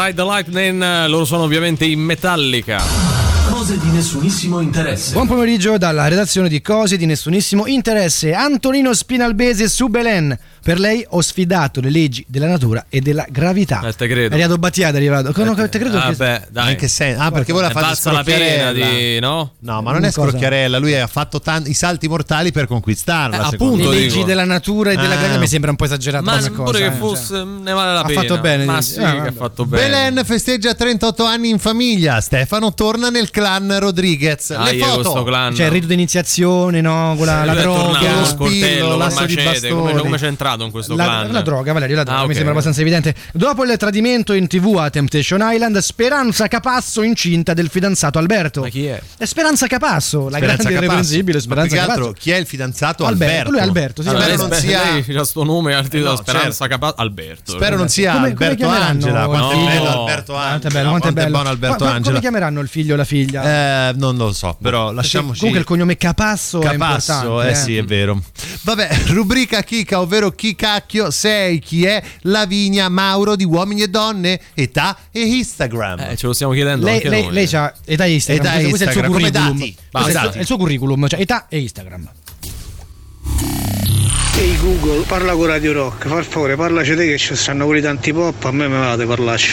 Ride the Lightning, loro sono ovviamente in Metallica. Cose di nessunissimo interesse. Buon pomeriggio dalla redazione di Cose di nessunissimo interesse. Antonino Spinalbese su Belen. Per lei ho sfidato le leggi della natura e della gravità. Eh, te credo. È arrivato Battiato, è arrivato. No, te credo ah, che... beh, dai. In che senso? Ah, perché voi la fate la pena scrocchiarella. di, no? No, ma non è Cosa? scrocchiarella, lui ha fatto tanti, i salti mortali per conquistarla. Eh, secondo appunto, me. Le leggi dico. della natura e della Ah. gravità mi sembra un po' esagerato Ma come pure cosa. che eh, fosse, cioè. ne vale la Ha pena. fatto bene, Ma dici. sì, Ah, che vabbè. ha fatto bene. Belen festeggia trentotto anni in famiglia. Stefano torna nel clan Rodriguez. Ah, Le io foto. questo clan. Cioè il rito d'iniziazione, no? Con la, la Lui è tornato droga. con lo sportello, spillo, con l'asso di macete. Come, bastoni. come c'è entrato in questo La, clan? la droga, Valerio, la droga, Ah, mi ok. sembra abbastanza evidente. Dopo il tradimento in tv a Temptation Island, Speranza Capasso incinta del fidanzato Alberto. Ma chi è? È Speranza Capasso, la Speranza grande e Capasso. irreprensibile Ma Speranza più che altro, Capasso. chi è il fidanzato? Alberto, Alberto. lui è Alberto, sì, Allora, Allora, spero non lei, sia, lei c'ha sto nome al titolo no, Speranza certo. Capasso Alberto. spero non sia Come- come Alberto chiameranno? Angela. Quanto No. è bello Alberto Quanto Angela. è bello, quanto è bello. buono Alberto Ma- ma Angela. come chiameranno il figlio o la figlia? Eh, non lo so, però lasciamoci. Comunque il cognome Capasso, è Capasso, importante. eh sì, è vero. Vabbè, rubrica Chicca, ovvero chi cacchio sei, chi è Lavinia Mauro di Uomini e Donne, età e Instagram. Eh, ce lo stiamo chiedendo Lei, anche lei, noi. lei c'ha età e Instagram, Età e questo è il suo Instagram, come curriculum. dati. Questo è il suo- Dati. è il suo curriculum, cioè età e Instagram. Ehi Google, parla con Radio Rock, per favore parlaci te che ci stanno quelli tanti pop, a me me va di parlarci.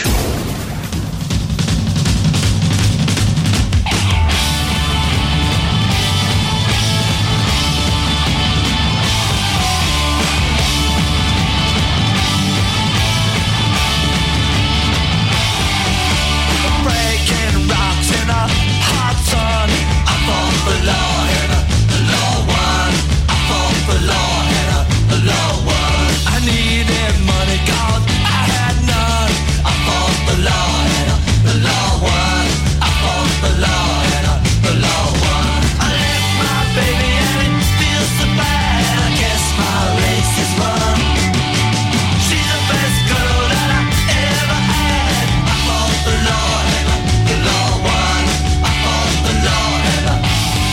Breaking rocks in a hot sun. I fought for law in a law one. I fought for law in a law one. I needed money 'cause I had none. I fought for law in a law one. I fought for law in a law one. I left my baby and it feels so bad. I guess my race is run. She's the best girl that I ever had. I fought for law in a law one. I fought for law in a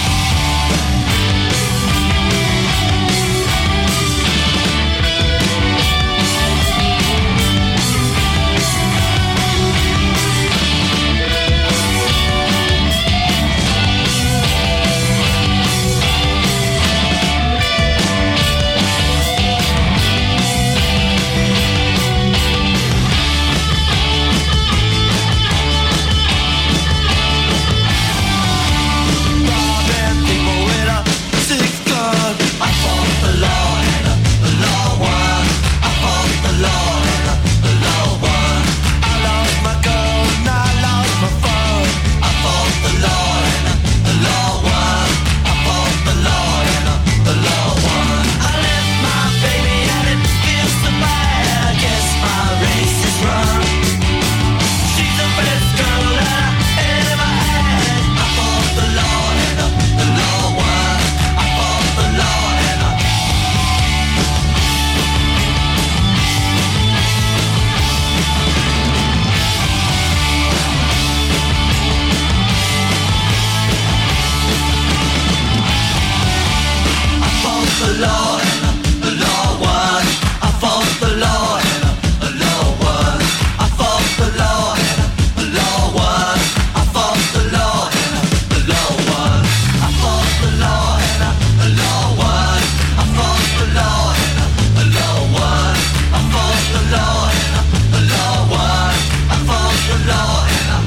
robbing people with a six gun. I fought for law in a law one. I fought for law in a law one. I lost my girl and I lost my phone. I fought for law in a law one. I fought for law in a law one. I left my baby and it feels so bad. I guess my race is run. She's the best girl that I ever had. I fought for law in a law one. I fought for law in a I fought for law in a law one. I fought for law in a law one. I fought for law in a law one. I fought for law in a law one. I fought for law in a law one. I fought for law in a law one. I fought for law in a law one. I fought for law in a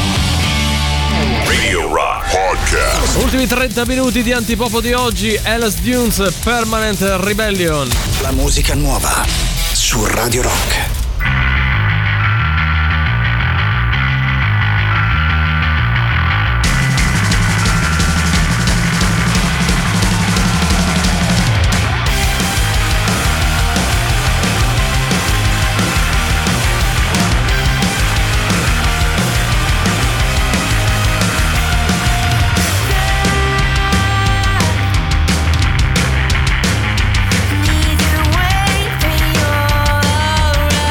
Radio Rock Podcast. Ultimi trenta minuti di antipopo di oggi. Alice Dunes, Permanent Rebellion. La musica nuova su Radio Rock. Need to wait for your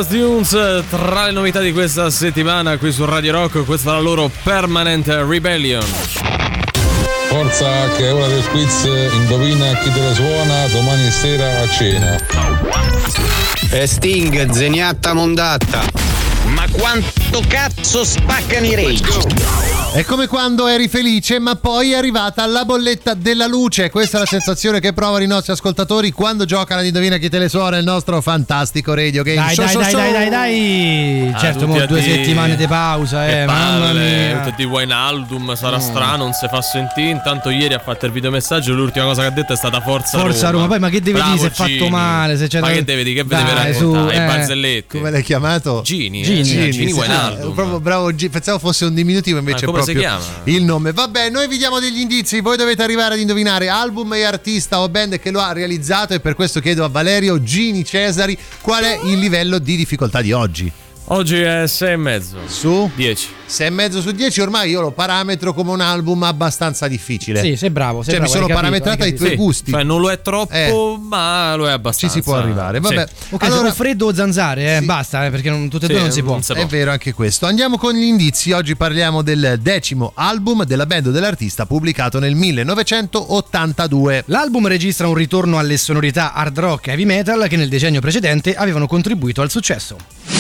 Lost Tunes, tra le novità di questa settimana qui su Radio Rock, questa è la loro Permanent Rebellion. Forza che è ora del quiz, indovina chi te la suona domani sera a cena. E Sting, zeniatta mondatta. Ma quanto cazzo spaccano i rage? È come quando eri felice, ma poi è arrivata la bolletta della luce. Questa è la sensazione che provano i nostri ascoltatori quando giocano ad Indovina chi te le suona, il nostro fantastico radio game. Dai, show, dai, show, dai, show. dai, dai, dai. Ah, Certo, mo tutti a due di- settimane di pausa, eh, Che mamma palle, mia. tutti di Wijnaldum, sarà Mm. strano, non si fa sentire. Intanto ieri ha fatto il videomessaggio, l'ultima cosa che ha detto è stata Forza, Forza Roma, poi ma che deve Bravo, dire se è fatto Gini. male, se c'è Ma da- che deve dire, che deve Dai, raccontare? su, I eh. barzelletti. Come l'hai chiamato? Gini, Gini, eh, Gini, Gini, sì, Wijnaldum. proprio bravo G- pensavo fosse un diminutivo, invece Ma è come si proprio chiama? il nome. Vabbè, noi vi diamo degli indizi, voi dovete arrivare ad indovinare album e artista o band che lo ha realizzato, e per questo chiedo a Valerio Gini Cesari qual è il livello di difficoltà di oggi. Oggi è sei e mezzo su dieci. sei e mezzo su dieci, ormai io lo parametro come un album abbastanza difficile. Sì, sei bravo, sei Cioè, mi bravo, sono hai capito, parametrato hai ai tuoi Sì, gusti. cioè non lo è troppo, Eh. ma lo è Ci abbastanza. si può arrivare, vabbè. Sì. Ok, Allora- allora, freddo o zanzare, eh, basta, eh, perché non, tutte e Sì, due non si può. non si può. È vero anche questo. Andiamo con gli indizi. Oggi parliamo del decimo album della band o dell'artista pubblicato nel millenovecentottantadue. L'album registra un ritorno alle sonorità hard rock e heavy metal che nel decennio precedente avevano contribuito al successo.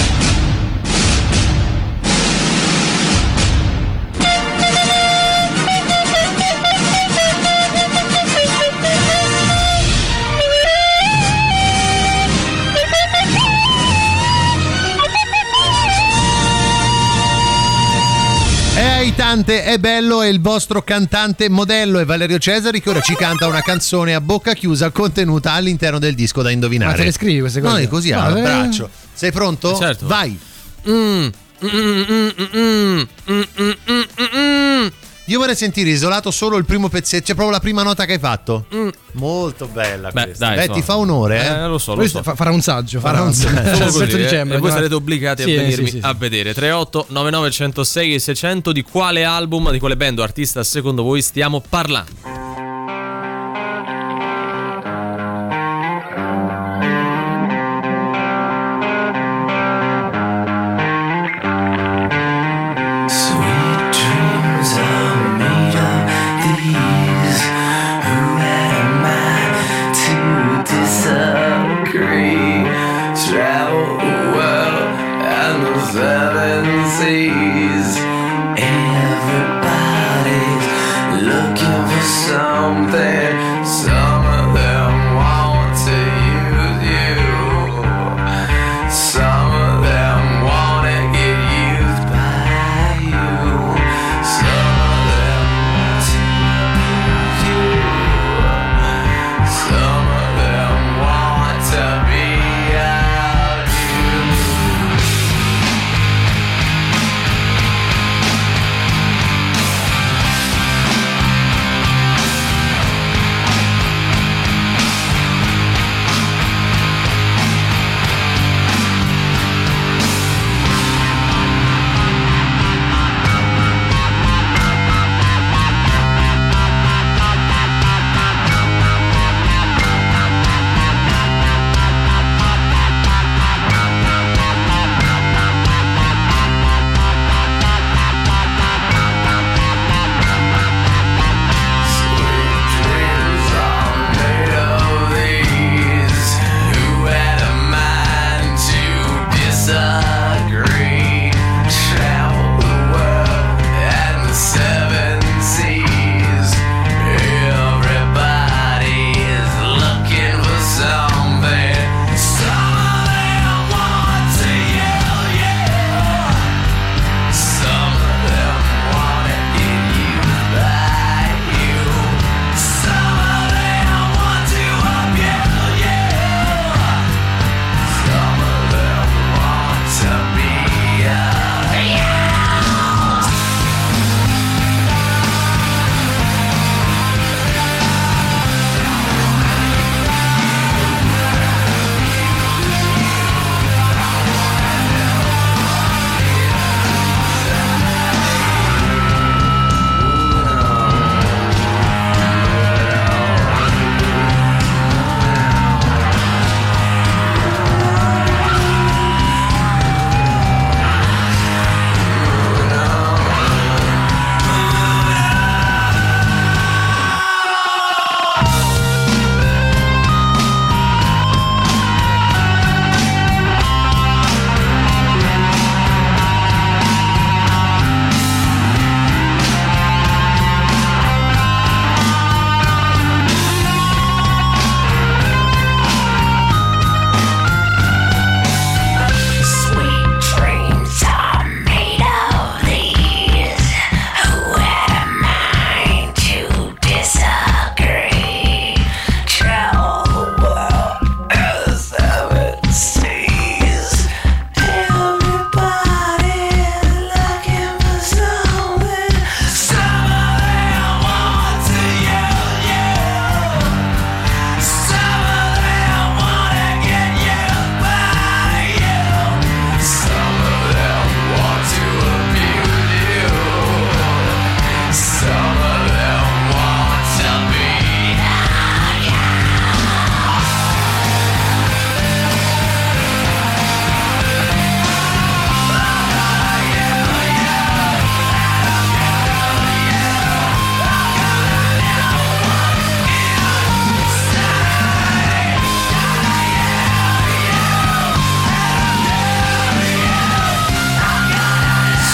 È aitante, è bello, è il vostro cantante modello, è Valerio Cesari, che ora ci canta una canzone a bocca chiusa contenuta all'interno del disco da indovinare. Ma te le scrivi queste cose? Non è così, No, a eh. braccio. Sei pronto? Certo. Vai. Mm, mm, mm, mm, mm, mm, mm, mm, mm. Io vorrei sentire isolato solo il primo pezzetto, cioè proprio la prima nota che hai fatto. Mm. Molto bella Beh, questa. dai, Beh, insomma. ti fa onore, eh? Eh, lo so, lo Questo so. fa- farà un saggio. Farà un saggio. Solo il così, terzo eh, dicembre. e voi no? sarete obbligati Sì, a venirmi sì, sì, a sì. vedere. tre otto nove nove uno zero sei sei zero zero di quale album, di quale band o artista secondo voi stiamo parlando? Sweet dreams are made of these. Who am I to disagree? Travel the world and the seven seas. Everybody's looking for something. Some of them want to use you. Some of them want to get used by you. Some of them want to abuse you. Some of them want to be out you.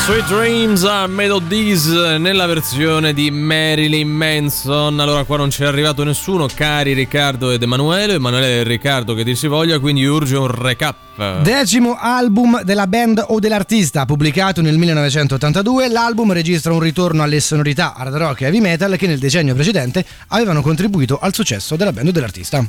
Sweet Dreams are made of these nella versione di Marilyn Manson. Allora qua non c'è arrivato nessuno, cari Riccardo ed Emanuele. Emanuele e Riccardo che dir si voglia, quindi urge un recap. Decimo album della band o dell'artista, pubblicato nel millenovecentottantadue. L'album registra un ritorno alle sonorità hard rock e heavy metal che nel decennio precedente avevano contribuito al successo della band o dell'artista.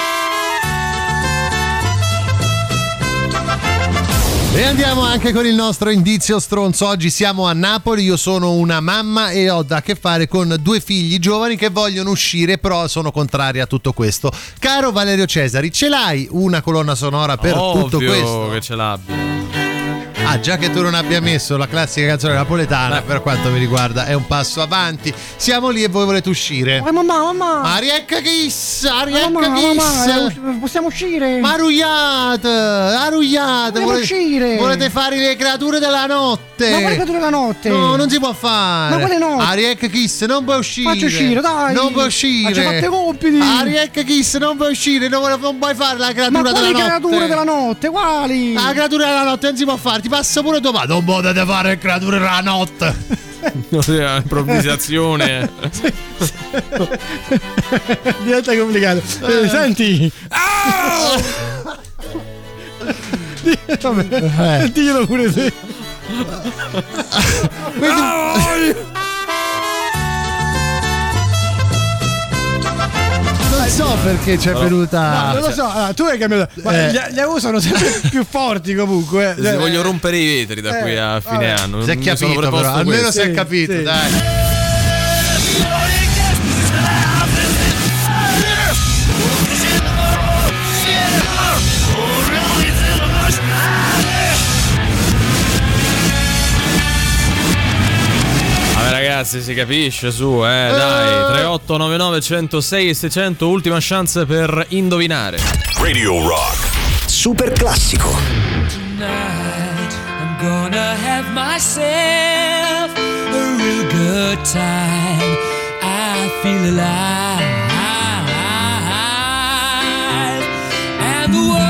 E andiamo anche con il nostro indizio stronzo. Oggi siamo a Napoli, io sono una mamma e ho da che fare con due figli giovani che vogliono uscire, però sono contrari a tutto questo. Caro Valerio Cesari, ce l'hai una colonna sonora per Ovvio tutto questo? che ce l'abbia. Ah, già che tu non abbia messo la classica canzone napoletana, Beh. per quanto mi riguarda è un passo avanti. Siamo lì e voi volete uscire. Oh, mamma, mamma. Ariecca Kiss, Ariecca mamma, Kiss. Mamma, eh, possiamo uscire. Ma arrugliate, arrugliate. Volete uscire. Volete fare le creature della notte. Ma quale creature della notte? No, non si può fare. Ma quale notte? Ariecca Kiss, non puoi uscire. Faccio uscire, dai. Non puoi uscire. Faccio fatte i compiti. Ariecca Kiss, non puoi uscire. Non, non puoi fare la creatura Ma della notte. Ma quali creature della notte? Quali? La creatura della notte non si può fare. Ti passa pure domani. Non potete fare creature della notte. Improvvisazione. Diventa complicato. Eh, senti. Oh! Vabbè, eh. Diglielo pure te. Non so perché c'è allora, venuta. No, non lo so, allora, tu hai cambiato. Ma eh. gli, gli sono sempre più forti comunque. Si voglio rompere i vetri da eh, qui a fine vabbè. anno. Si è capito, però, almeno si è capito, sì. Dai. Ragazzi, si capisce, su, eh, dai. tre otto nove nove uno zero sei e seicento, ultima chance per indovinare. Radio Rock Super classico. Tonight I'm gonna have myself a real good time. I feel alive, and the world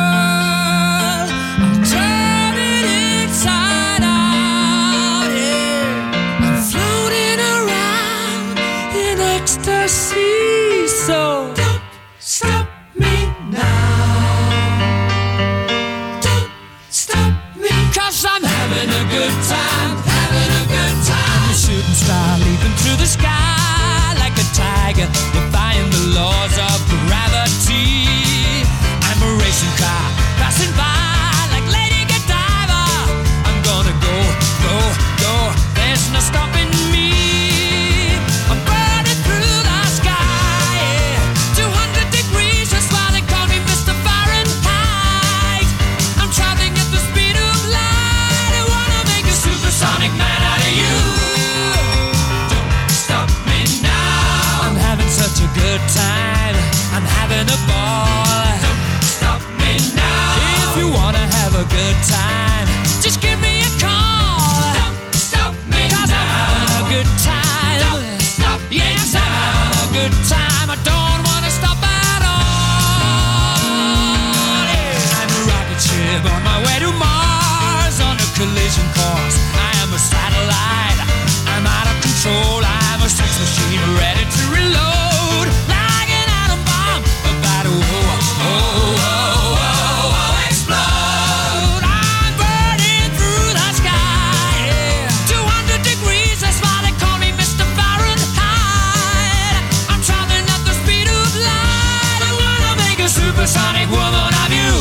I'll turn it inside out. Yeah, I'm floating around in ecstasy. So don't stop me now. Don't stop me, 'cause I'm having a good time, having a good time. I'm a shooting star leaping through the sky like a tiger, defying the laws of gravity. I'm a racing car passing by like Lady Godiva. I'm gonna go, go, go. There's no stopping me. I'm burning through the sky, yeah. two hundred degrees, that's why they call me Mister Fahrenheit. I'm traveling at the speed of light. I wanna make a supersonic man out of you. Don't stop me now. I'm having such a good time. I'm having a ball. Don't stop me now. If you wanna have a good time, just give me a call. Don't stop me 'cause now. I'm having a good time. Don't stop me yes, now. I'm having a good time. I don't wanna stop at all. Yeah. I'm a rocket ship on my way to Mars on a collision course. I am a satellite. I'm out of control. I'm a sex machine ready to reload like an atom bomb about to oh, oh, oh, oh, oh, explode. I'm burning through the sky, yeah. two hundred degrees, that's why they call me Mister Fahrenheit. I'm traveling at the speed of light. I wanna make a supersonic woman of you.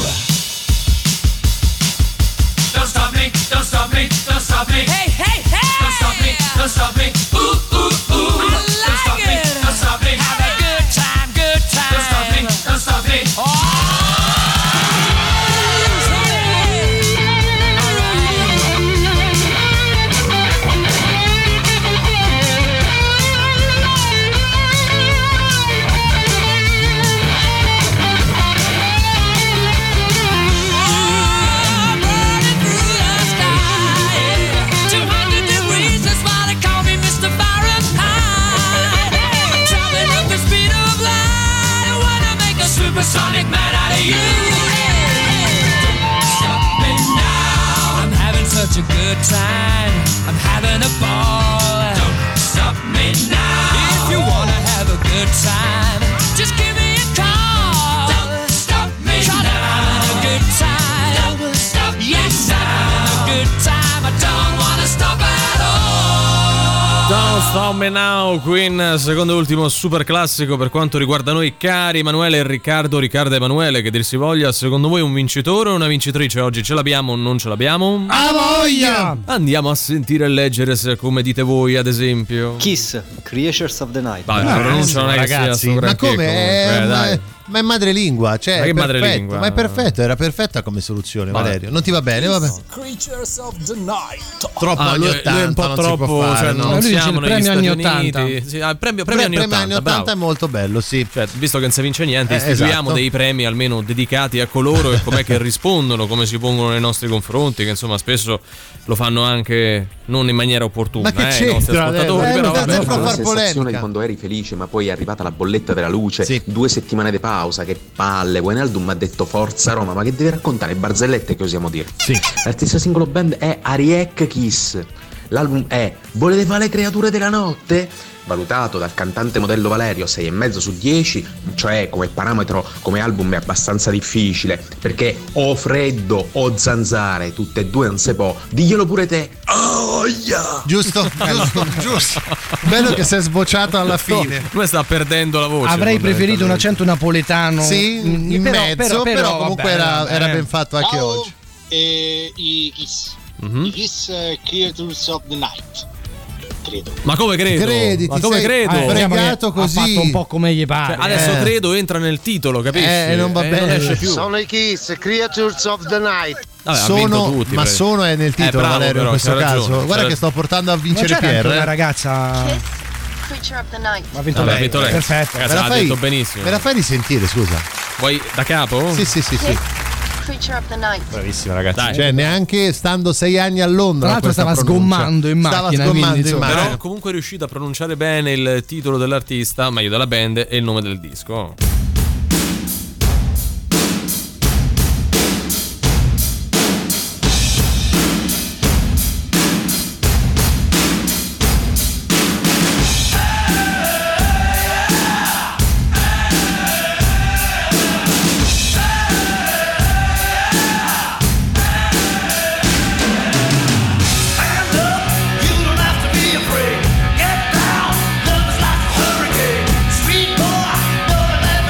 Don't stop me, don't stop me, don't stop me. Hey, hey, hey! Don't stop me, don't stop me. Ooh, ooh, ooh. I like don't stop it. Me, don't stop me. Have a good time, good time. Don't stop me, don't stop me. Oh! Supersonic man out of you. Don't stop me now. I'm having such a good time. having a ball. Don't stop me now. If you wanna have a good time, just give me a call. Don't stop me Try now. Having a good time. Don't stop yes, me I'm now. Having a good time. I don't wanna stop at all. Don't Stop Me Now, Queen, secondo e ultimo super classico per quanto riguarda noi, cari Emanuele e Riccardo. Riccardo e Emanuele, che dir si voglia, secondo voi un vincitore o una vincitrice oggi? Ce l'abbiamo o non ce l'abbiamo? A voglia! Andiamo a sentire e leggere, se, come dite voi, ad esempio. Kiss, Creatures of the Night. Vai, la pronuncia non è che sia Ragazzi, sto ma granché, come? comunque, Eh, dai. ma, ma è madrelingua, cioè Ma che è perfetto, madrelingua? ma è perfetto, era perfetta come soluzione, Vabbè. Valerio. Non ti va bene, vabbè. Creatures of the Night. Troppo Ah, anni lui, lui è un po' ottanta, non si può troppo, fare, cioè, no. non Lui dice siamo il negli premio Stati anni ottanta. Uniti. Sì, ah, il premio, premio Pre- anni premio ottanta, anni ottanta bravo. è molto bello, sì. Cioè, visto che non si vince niente, Eh, istituiamo esatto. dei premi almeno dedicati a coloro e com'è che rispondono, come si pongono nei nostri confronti, che insomma spesso lo fanno anche non in maniera opportuna. Ma che eh, i nostri c'entra? ascoltatori, Eh, però non vabbè, deve far insomma. la sensazione polemica. di quando eri felice ma poi è arrivata la bolletta della luce, Sì. due settimane di pausa, che palle. Wijnaldum mi ha detto forza Roma, ma che devi raccontare? Barzellette che osiamo dire. Sì. L'artista singolo band è Ariek Kiss, l'album è Volete fare le creature della notte? Valutato dal cantante modello Valerio sei e mezzo su dieci, cioè come parametro, come album è abbastanza difficile, perché o freddo o zanzare, tutte e due non si può. Diglielo pure te. Oh yeah! Giusto, giusto, giusto. Bello che si è sbocciato alla fine. Come sta perdendo la voce? Avrei preferito un accento napoletano. Sì, Mm, in però- mezzo, però, però, però, comunque vabbè, era, vabbè. era ben fatto anche Ciao, oggi. E i Kiss. Mhm. I Kiss eh, Creatures of the Night. Credo. Ma come credo? Credi, Ma ti come sei credo? Eh, diciamo che fregato così. Ha fatto un po' come gli pare. Cioè, adesso Eh. credo entra nel titolo, capisci? Eh, non va bene. non esce più. Sono i Kiss, Creatures of the Night. Vabbè, ha vinto Sono, tutti, ma pre- sono è nel titolo, Eh, bravo, Valerio, però, in questo c'ha caso. ragione, Guarda c'ha che sto portando a Non vincere c'era anche Pierre. una eh. ragazza. Creature of the Night. Ma ha vinto Vabbè, ha lei. vinto lei. Perfetto. Ragazzi, Me la ha fai- detto benissimo. Me la fai risentire, scusa? Vuoi da capo? Sì, sì, sì, sì. Creature of the Night. Bravissima ragazzi. Dai. Cioè, neanche stando sei anni a Londra. Tra l'altro questa stava pronuncia. sgommando in Stava macchina, sgommando quindi, in insomma. macchina. Però comunque è riuscito a pronunciare bene il titolo dell'artista, meglio della band e il nome del disco. Get down, love is like a hurricane. Street boy, know it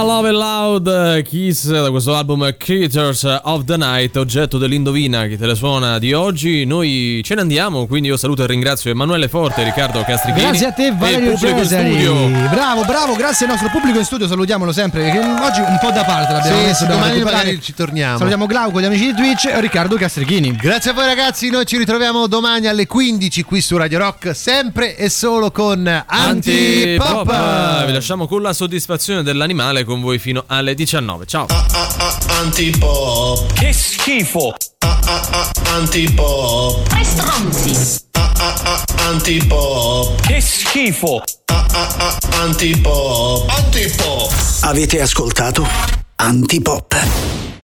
Love and Loud, Kiss, da questo album Creatures of the Night, oggetto dell'indovina chi te le suona di oggi. Noi ce ne andiamo, quindi io saluto e ringrazio Emanuele Forte, Riccardo Castrichini. Grazie a te, Valerio Cesari. Studio. Bravo, bravo, grazie al nostro pubblico in studio, salutiamolo sempre, perché oggi un po' da parte l'abbiamo sì, messo. Sì, domani magari ci torniamo. Salutiamo Glauco, gli amici di Twitch e Riccardo Castrichini. Grazie a voi ragazzi, noi ci ritroviamo domani alle quindici qui su Radio Rock, sempre e solo con Antipop. Antipop. Vi lasciamo con la soddisfazione dell'animale con voi fino alle diciannove. Ciao. Ah, ah, ah, Antipop. Che schifo. Ah, ah, ah, Antipop. Tre stronzi. Ah, ah, ah, Antipop. Che schifo. Ah, ah, ah, Antipop. Antipop. Avete ascoltato Antipop.